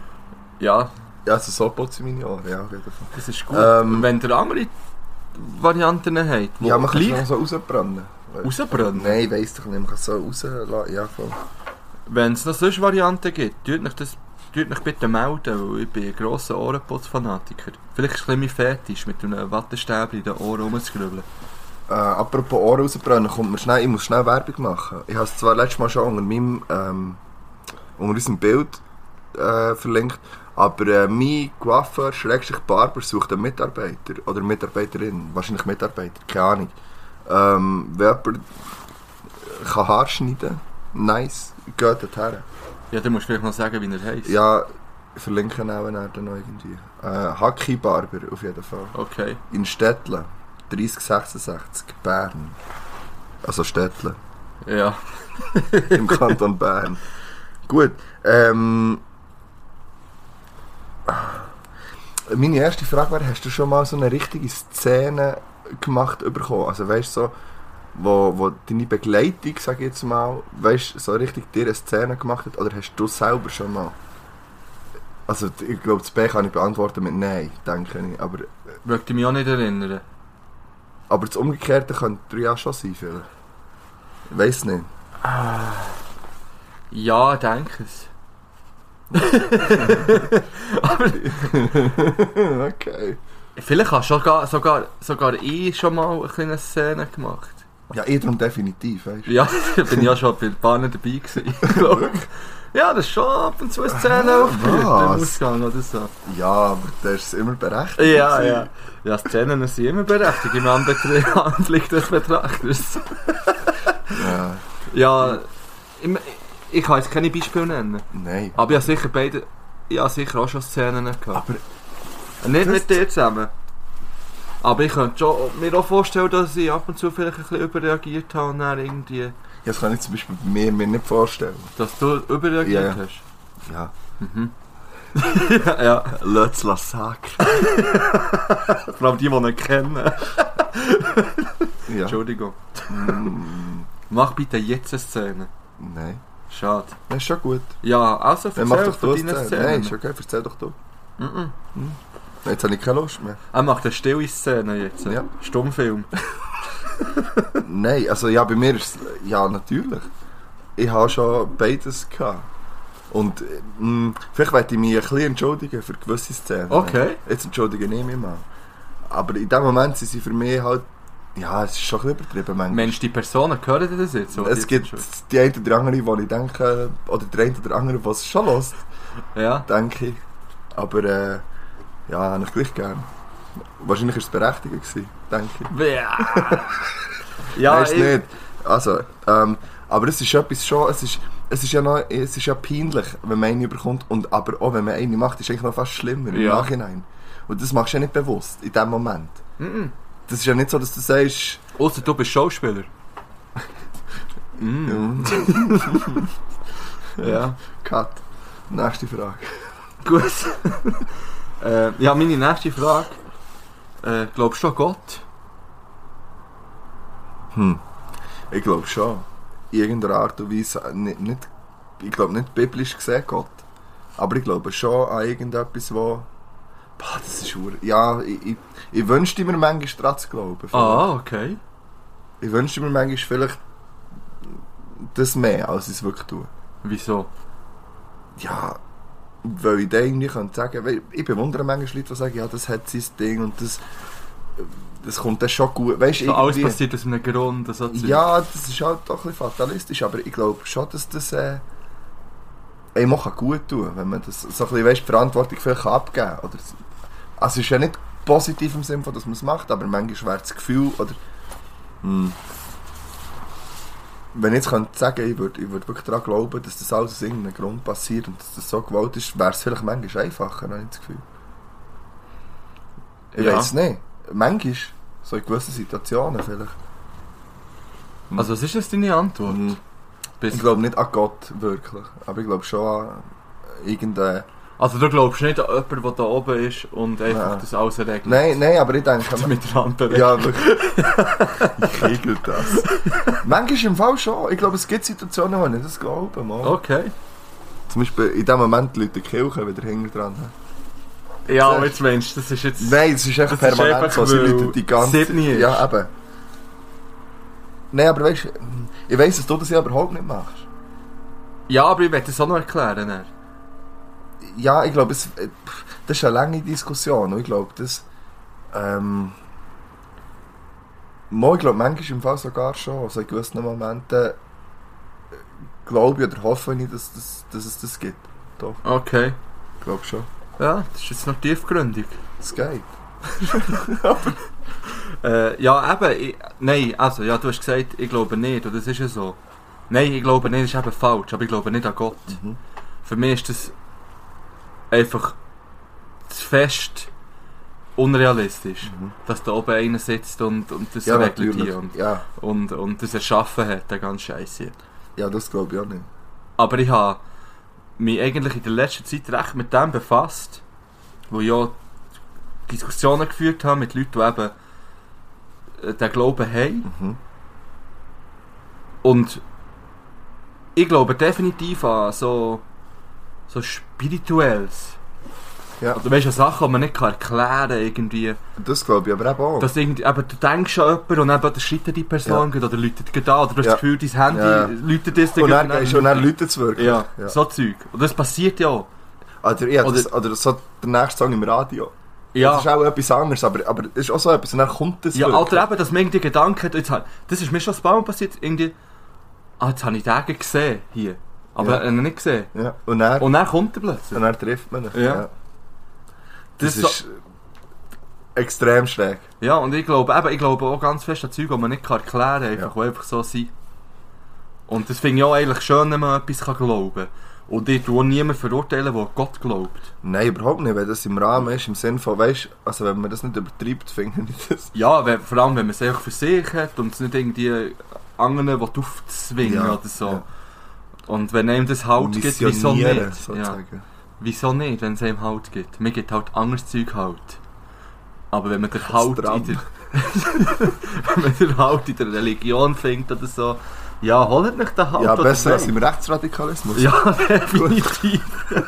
Ja, Ja, also so putze ich meine Ohren, ja, auf jeden Fall. das ist gut. Ähm, Wenn ihr andere Varianten habt, wo Ja, man kann es gleich noch so rausbrennen. rausbrennen. Nein, ich weiss doch nicht, man kann es so rauslassen. Ja, voll. Wenn es noch solche Varianten gibt, tut mich bitte melden, weil ich bin ein grosser Ohrenputz-Fanatiker. Vielleicht ist es ein bisschen mein Fetisch, mit einem Wattestäbchen in den Ohren rumzugrübeln. Apropos Ohren rausbrennen, ich muss schnell Werbung machen. Ich habe es zwar letztes Mal schon unter unserem Bild verlinkt, aber mein Coiffeur /Barber sucht einen Mitarbeiter oder Mitarbeiterin, wahrscheinlich Mitarbeiter, keine Ahnung. Wenn jemand kann Haar schneiden, nice, geht dorthin. Ja, du musst vielleicht noch sagen, wie er heisst. Ja, ich verlinke ihn auch dann noch irgendwie. Haki Barber auf jeden Fall. Okay. In Stettlen, 3066, Bern. Also Stettlen, Ja. im Kanton Bern. Gut, meine erste Frage wäre, hast du schon mal so eine richtige Szene gemacht bekommen? Also weißt du, so, wo deine Begleitung, sag ich jetzt mal, weißt, so richtig dir eine Szene gemacht hat, oder hast du selber schon mal? Also ich glaube, das B kann ich beantworten mit Nein, denke ich. Aber Möchte ich mich auch nicht erinnern. das Umgekehrte könnte ja schon sein, vielleicht. Ich weiss nicht. Ja, ich denke es. Aber Okay. vielleicht hast du sogar ich schon mal eine kleine Szene gemacht. Ja, eh darum definitiv, weißt du. Ja, da bin ich ja schon bei Bahnen dabei gewesen. glaub ich. Ja, das ist schon ab und zu eine Szene aufgeführt im was? Ausgang oder so. Ja, aber der ist immer berechtigt. Ja, gewesen. ja. Ja, Szenen sind immer berechtigt im Anblick des Betrachters. Ja. Ja, ich kann jetzt keine Beispiele nennen. Nein. Aber ich habe sicher auch schon Szenen gehabt. Aber Nicht das- mit dir zusammen. Aber ich könnte mir auch vorstellen, dass ich ab und zu vielleicht ein bisschen überreagiert habe und dann irgendwie, ja, das kann ich zum Beispiel bei mir nicht vorstellen. dass du überreagiert Ja. hast. Ja. Mhm. ja. Lass es sagen. Vor allem die ihn kennen. Ja. Entschuldigung. Mm, Mach bitte jetzt eine Szene. nein. Schade. Das ist schon gut. Ja, also Dann mach erzähl doch von du deinen Szenen. Szenen. Nein, ist okay, erzähl doch du. Jetzt habe ich keine Lust mehr. Er macht eine stille Szene jetzt. Ja. Stummfilm. Nein, also ja, bei mir ist es... Ja, natürlich. Ich habe schon beides gehabt. Und vielleicht möchte ich mich ein bisschen entschuldigen für gewisse Szenen. Okay. Jetzt entschuldige ich mich mal. Aber in dem Moment sind sie für mich halt... Ja, es ist schon ein bisschen übertrieben manchmal. Mensch, die Personen hören dir das jetzt? So, Es gibt die eine oder andere, die ich denke... Oder der eine oder andere, der es schon hört, Ja. denke ich. Aber ja, habe ich gleich gern. Wahrscheinlich war es berechtigt gewesen, denke ich. Ja. Ja, Weißt nicht. Also, aber es ist etwas schon, es ist ja peinlich, wenn man eine bekommt, und aber auch wenn man eine macht, ist es eigentlich noch fast schlimmer im Ja. Nachhinein. Und das machst du ja nicht bewusst, in dem Moment. Das ist ja nicht so, dass du sagst... Ausser du bist Schauspieler. Ja. Cut. Nächste Frage. Gut. Ja, meine nächste Frage. Glaubst du an Gott? Ich glaube schon. In irgendeiner Art und Weise, nicht, ich glaube nicht biblisch gesehen Gott, aber ich glaube schon an irgendetwas, wo... Boah, das ist ja, ich wünschte mir manchmal daran zu glauben. Vielleicht. Ah, okay. Ich wünschte mir manchmal vielleicht das mehr, als ich es wirklich tue. Wieso? Ja, weil ich dann irgendwie könnte sagen, weil ich bewundere manchmal Leute, die sagen, ja, das hat sein Ding und das kommt dann schon gut. Weißt, So alles passiert aus einem Grund. So ja, das ist halt doch ein bisschen fatalistisch, aber ich glaube schon, dass das einem auch gut tun kann, wenn man das so ein bisschen, weißt, die Verantwortung vielleicht abgeben kann. Oder, also es ist ja nicht positiv im Sinne von, dass man es macht, aber manchmal wäre das Gefühl, oder... Wenn ich jetzt könnte sagen, ich würde wirklich daran glauben, dass das alles aus irgendeinem Grund passiert und dass das so gewollt ist, wäre es vielleicht manchmal einfacher, habe ich das Gefühl. Ich weiß es nicht. Manchmal, so in gewissen Situationen vielleicht. Also was ist das deine Antwort? Ich glaube nicht an Gott, wirklich. Aber ich glaube schon an irgendeine... Also du glaubst nicht an jemanden, der da oben ist und einfach das alles regelt? Nein, aber ich denke... Mit der Hand bewegt. Ja, wirklich. Ich regel das. Manchmal im Fall schon. Ich glaube, es gibt Situationen, wo ich das glaube. Mal. Okay. Zum Beispiel in dem Moment die Leute die Kirche wieder hinten dran. Ja, aber jetzt Mensch, das ist jetzt... Nein, es ist einfach permanent einfach, so. Sie Leute die ganze... Ja, eben. Nein, aber weißt du, ich weiss, dass du das ja überhaupt nicht machst. Ja, aber ich werde das auch noch erklären. Dann. Ja, ich glaube, das ist eine lange Diskussion. Und ich glaube, das... ich glaube, manchmal im Fall sogar schon. Also in gewissen Momenten glaube ich oder hoffe ich, dass es das gibt. Doch. Okay. Ich glaube schon. Ja, das ist jetzt noch tiefgründig. Es geht. Ja, eben, nein, also, ja, du hast gesagt, ich glaube nicht, und das ist ja so. Nein, ich glaube nicht, das ist eben falsch, aber ich glaube nicht an Gott. Für mich ist das einfach zu fest unrealistisch, dass da oben einer sitzt und das Ja, regelt natürlich. hier und das erschaffen hat, der ganze Scheiß hier. Ja, das glaube ich auch nicht. Aber ich habe mich eigentlich in der letzten Zeit recht mit dem befasst, wo ich ja Diskussionen geführt habe mit Leuten, die eben den Glauben haben. Und ich glaube definitiv an so Spirituelles. Ja. Oder weißt du, Sachen, die man nicht erklären kann, irgendwie. Das glaube ich aber eben auch. Dass irgendwie, eben, du denkst an jemanden und dann schreitet die Person oder läutet gerade an, oder du hast das Gefühl, dein Handy läutet das. Und dann gehst du dann Leute zu wirken. Ja, so Zeug. Und das passiert ja auch. Oder so der nächste Song im Radio. Ja. Das ist auch etwas anderes, aber es ist auch so etwas. Und dann kommt das ja, wirklich. oder eben, dass man irgendwie Gedanken hat, das ist mir schon ein paar Mal passiert, irgendwie, jetzt habe ich den gesehen hier. Aber er nicht gesehen. Ja. Und dann kommt er plötzlich. Und dann trifft man ihn. Ja. Das ist extrem schräg. Ja, und ich glaube auch ganz fest an Zeug, die man nicht erklären kann, einfach, die einfach so sind. Und das finde ich auch eigentlich schön, wenn man etwas glauben kann. Und ich tue niemanden verurteilen, der an Gott glaubt. Nein, überhaupt nicht, weil das im Rahmen ist, im Sinne von, weißt, also wenn man das nicht übertreibt, finde ich das... Ja, vor allem, wenn man es einfach für sich hat und es nicht irgendwie anderen aufzwingen oder so. Ja. Und wenn einem das Halt gibt, wieso nicht? Sozusagen. Ja. Wieso nicht, wenn es einem Halt gibt? Mir gibt halt anderes Zeug Halt. Aber wenn man den Halt wenn man den Halt in der Religion findet oder so, Ja, holt nicht den Halt. Ja, oder besser als nein? im Rechtsradikalismus. Ja, definitiv.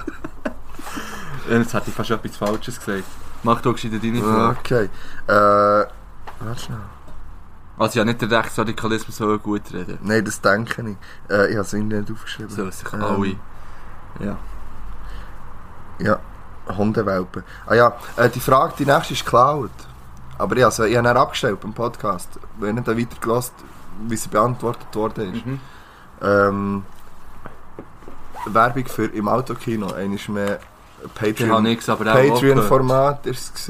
Jetzt hätte ich fast etwas Falsches gesagt. Mach doch gescheiter deine Frage. Okay. Warte schnell. Also ja, nicht der Rechtsradikalismus soll gut reden. Nein, das denke ich. Ich habe es Ihnen nicht aufgeschrieben. Sollen sich alle... Ja. Ja, Hundewelpen. Ah ja, die Frage, die nächste ist geklaut. Aber ich habe ihn abgestellt beim Podcast. Ich habe nicht weiter gehört, wie sie beantwortet worden ist. Werbung für im Autokino. Einmal mehr Patreon-Format war es.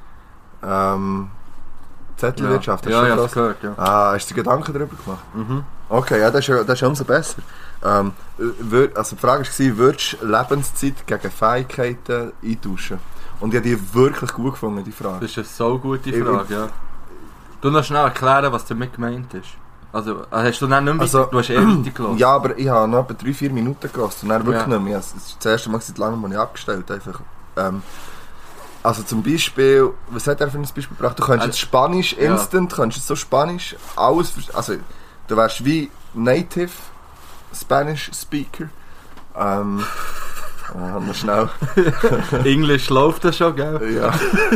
Zettelwirtschaft, hast du ja, das gehört, ja. Ah, hast du dir Gedanken darüber gemacht? Okay, ja, das ist umso besser. Also die Frage war, würdest du Lebenszeit gegen Fähigkeiten eintauschen? Und ich habe die wirklich gut gefunden, die Frage. Das ist eine so gute Frage, ja. Du musst schnell erklären, was damit gemeint ist. Also, hast du dann nicht mehr du hast weitergelassen? Ja, aber ich habe noch etwa 3-4 Minuten gelassen und dann wirklich nicht mehr. Das ist das erste Mal seit langem, wo ich abgestellt einfach. Also zum Beispiel, was hat er für ein Beispiel gebracht? Du könntest jetzt Spanisch instant, könntest so Spanisch alles, also du wärst wie Native Spanish Speaker. Haben wir schnell. Englisch läuft das schon, gell? Ja.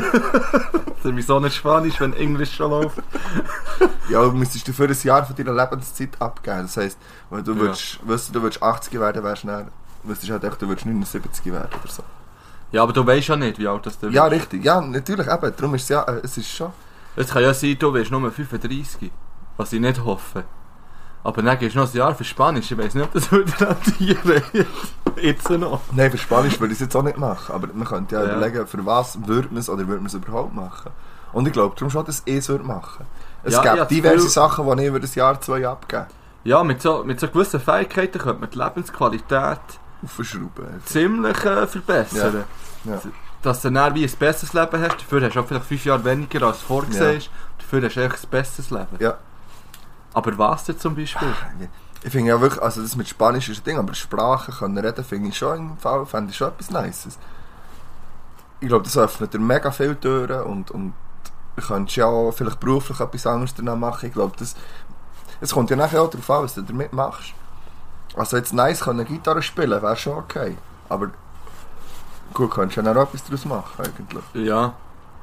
Wieso nicht Spanisch, wenn Englisch schon läuft? Ja, müsstest du für ein Jahr von deiner Lebenszeit abgeben. Das heisst, wenn du würdest, du würdest 80 werden, wärst du halt echt, du würdest 79 werden oder so. Ja, aber du weißt ja nicht, wie alt das du bist. Ja, richtig. Ja, natürlich eben. Darum ist es ja, es ist schon... Es kann ja sein, du wirst nur 35. Was ich nicht hoffe. Aber dann gehst du noch ein Jahr für Spanisch. Ich weiss nicht, ob das würde rentieren. Jetzt noch. Nein, für Spanisch würde ich es jetzt auch nicht machen. Aber man könnte ja überlegen, für was würde man es oder würde man es überhaupt machen. Und ich glaube darum schon, dass ich es würde machen. Es gibt diverse Sachen, die ich über das Jahr 2 abgeben. Ja, mit so gewissen Fähigkeiten könnte man die Lebensqualität aufschrauben. Ziemlich verbessern. Ja. Dass du dann wie ein besseres Leben hast. Dafür hast du auch vielleicht 5 Jahre weniger als vorgesehen ist. Dafür hast du echt ein besseres Leben. Ja. Aber was denn zum Beispiel? Ich finde ja wirklich, also das mit Spanisch ist ein Ding, aber Sprachen können reden, finde ich schon im Fall, fände ich schon etwas Nices. Ich glaube, das öffnet dir mega viele Türen und du könntest ja auch vielleicht beruflich etwas anderes danach machen. Ich glaube, es kommt ja nachher auch darauf an, was du damit machst. Also jetzt nice können Gitarre spielen, wäre schon okay. Aber gut, kannst du ja noch etwas daraus machen eigentlich. Ja.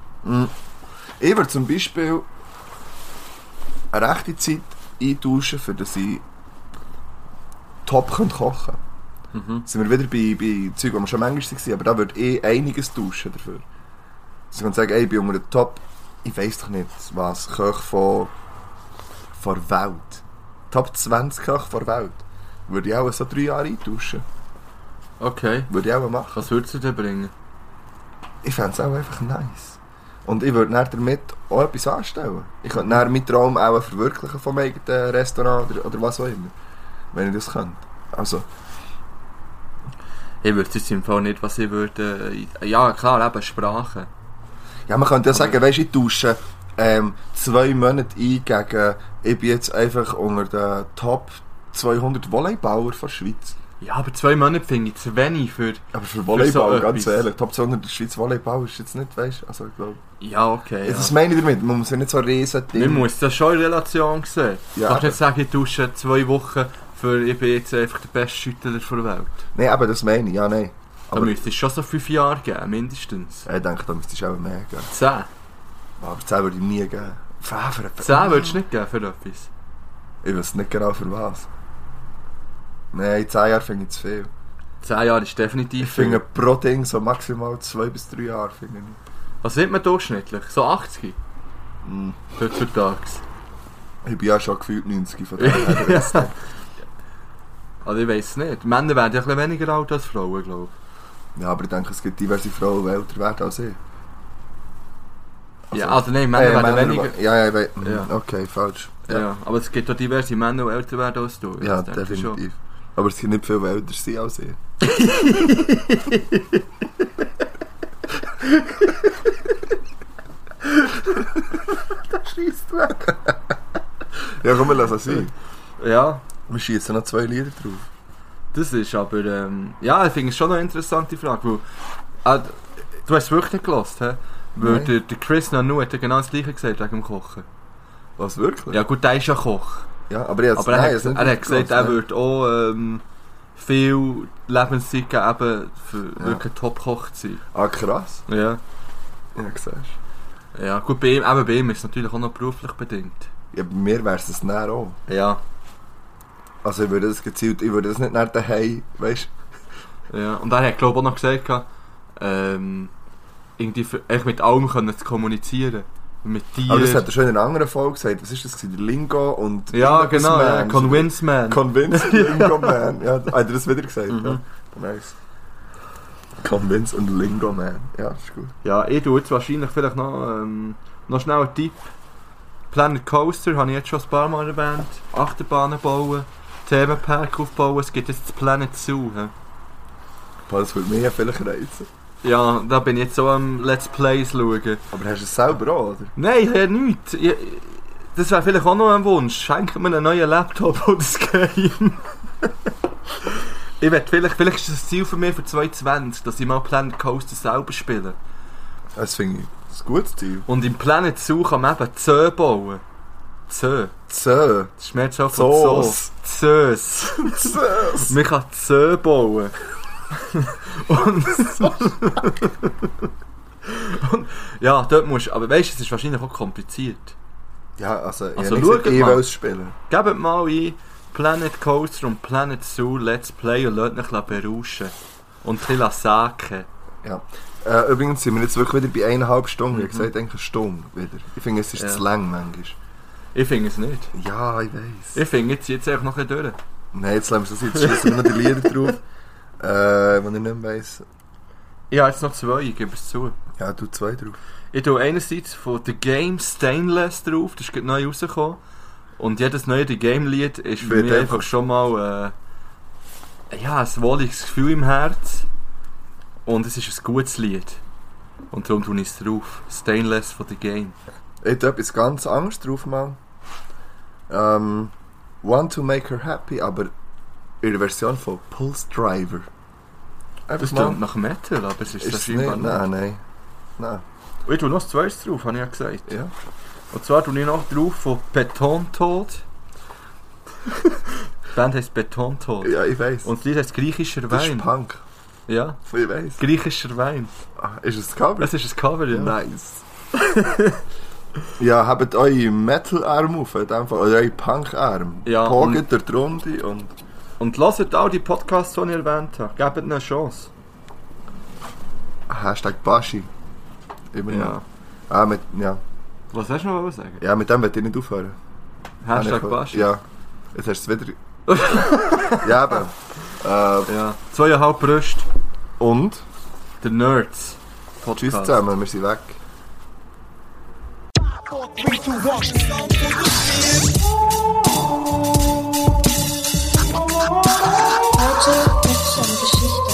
Ich würde zum Beispiel eine rechte Zeit eintauschen, für dass ich top kochen könnte. Sind wir wieder bei Zeug, wo wir schon manchmal waren, aber da würde ich einiges tauschen dafür. Sie können sagen, ich bin unter den Top, ich weiss doch nicht was, Köche von der Welt. Top 20 Köche von der Welt. Würde ich auch so 3 Jahre eintauschen. Okay. Würde ich auch machen. Was würdest du dir bringen? Ich fände es auch einfach nice. Und ich würde dann damit auch etwas anstellen. Ich könnte dann meinen Traum auch verwirklichen vom eigenen Restaurant oder was auch immer. Wenn ich das könnte. Also. Ich würde jetzt im Fall nicht, was ich würde... Ja, klar, eben Sprache. Ja, man könnte ja sagen, weisst, ich tausche 2 Monate ein gegen... Ich bin jetzt einfach unter den Top 200 Volleyballer der Schweiz. Ja, aber 2 Monate finde ich zu wenig für... Aber für Volleyball, so ganz ehrlich, Top 200 der Schweiz Volleyball ist jetzt nicht, weißt du? Also, ich glaube... Ja, okay. Ja. Das meine ich damit, man muss ja nicht so riesen Ding... Man muss das schon in Relation sehen. Ja, du kannst nicht sagen, ich tausche 2 Wochen für... Ich bin jetzt einfach der beste Schüttler der Welt. Nein, aber das meine ich, ja, nein. Da müsste es schon so 5 Jahre geben, mindestens. Ich denke, da müsste es auch mehr geben. 10? Aber 10 würde ich nie geben. 10 würdest du nicht geben für etwas? Ich weiß nicht genau für was. Nein, 10 Jahre finde ich zu viel. 10 Jahre ist definitiv Ich finde pro Ding so maximal 2 bis 3 Jahre. Finde ich. Was sind wir durchschnittlich? So 80? Heutzutage. Ich bin ja schon gefühlt 90 von daher. Also ich weiss nicht. Männer werden ja ein bisschen weniger alt als Frauen, glaube ich. Ja, aber ich denke, es gibt diverse Frauen, die älter werden als ich. Also, ja, also nein, Männer werden weniger... Ja, okay, falsch. Ja, aber es gibt auch diverse Männer, die älter werden als du. Ja, definitiv. Aber es gibt nicht viele, die älter sind als ich. Das schießt weg. Ja, komm, wir lassen es sein. Ja. Wir schießen noch 2 Lieder drauf. Das ist aber... ja, ich finde es schon eine interessante Frage. Weil, du hast es wirklich nicht gehört, weil der Chris Nanu hat ja genau das Gleiche gesagt wegen dem Kochen. Was, wirklich? Ja gut, der ist ja Koch. Ja, aber jetzt, aber er hat gesagt, er würde auch viel Lebenszeit geben, für wirklich Top-Koch zu sein. Ah, krass. Ja. Ja, siehst du. Ja, gut, bei ihm ist es natürlich auch noch beruflich bedingt. Ja, bei mir wäre es das näher auch. Ja. Also ich würde das nicht nach daheim, weißt du? Ja, und er hat glaube ich auch noch gesagt, irgendwie mit allem können zu kommunizieren. Mit dir. Aber das hat er schon in einer anderen Folge gesagt. Was ist das? Der Lingo und... Ja, genau, ja. Convince Man. Convince Lingo Man. Ja, hat er das wieder gesagt? Ja. Nice. Convince und Lingo Man. Ja, ist gut. Ja, ich tue jetzt wahrscheinlich vielleicht noch schnell einen Tipp. Planet Coaster habe ich jetzt schon ein paar Mal erwähnt. Achterbahnen bauen, Themenpark aufbauen. Es gibt jetzt das Planet Zoo. He? Das würde mich ja vielleicht reizen. Ja, da bin ich jetzt so am Let's Plays schauen. Aber hast du es selber auch, oder? Nein, ich habe nichts. Das wäre vielleicht auch noch ein Wunsch. Schenkt mir einen neuen Laptop oder das Game. Ich will vielleicht ist das ein Ziel für mich für 2020, dass ich mal Planet Coaster selber spiele. Das finde ich ein gutes Ziel. Und im Planet Zoo kann man eben Zö bauen. Zö. Zö? Das ist mehr so von Zoos. Zös. Zös. Man kann Zö bauen. und ja, dort musst du, aber weißt du, es ist wahrscheinlich auch kompliziert. Ja, also schaut mal spielen. Gebt mal ein Planet Coaster und Planet Zoo Let's Play und lasst euch berauschen. Und ein bisschen saken. Ja. Übrigens sind wir jetzt wirklich wieder bei 1,5 Stunden. Ich habe gesagt, eigentlich eine Stunde wieder. Ich finde, es ist zu lang manchmal. Ich finde es nicht. Ja, ich weiss. Ich finde jetzt einfach noch ein bisschen durch. Nein, jetzt lassen wir es. Jetzt schießen wir noch die Lieder drauf. Wenn ich nicht mehr weiss. Ich habe jetzt noch 2, ich gebe es zu. Ja, du 2 drauf. Ich tue einerseits von The Game Stainless drauf, das ist gerade neu rausgekommen. Und jedes neue The Game-Lied ist für mich einfach schon mal ein wohliges Gefühl im Herz. Und es ist ein gutes Lied. Und darum tue ich es drauf. Stainless von The Game. Ich tue etwas ganz anderes drauf mal. Want to Make Her Happy, aber in der Version von Pulse Driver. Das klingt nach Metal, aber es ist das scheinbar nicht. Nein. Und ich tue noch das Zweites drauf, habe ich ja gesagt. Ja. Und zwar tue ich noch drauf von Betontod. Die Band heisst Betontod. Ja, ich weiss. Und das Lied heisst Griechischer Wein. Das ist Punk. Ja. Ich weiss. Griechischer Wein. Ah, ist es ein Cover? Es ist ein Cover, ja. Nice. Ja, habt eure Metal-Arm auf, in dem Fall, oder eure Punk-Arm. Ja. Poget der Runde und hört all die Podcasts, die ich erwähnt habe. Gebt ihnen eine Chance. Hashtag Baschi. Immer noch. Ja. Was hast du noch sagen? Ja, mit dem will ich nicht aufhören. Hashtag Baschi? Ja. Jetzt hast du es wieder... Ja, eben. Ja. 2,5 Brüste. Und? Der Nerds Podcast. Tschüss zusammen, wir sind weg. Heute mit Geschichte.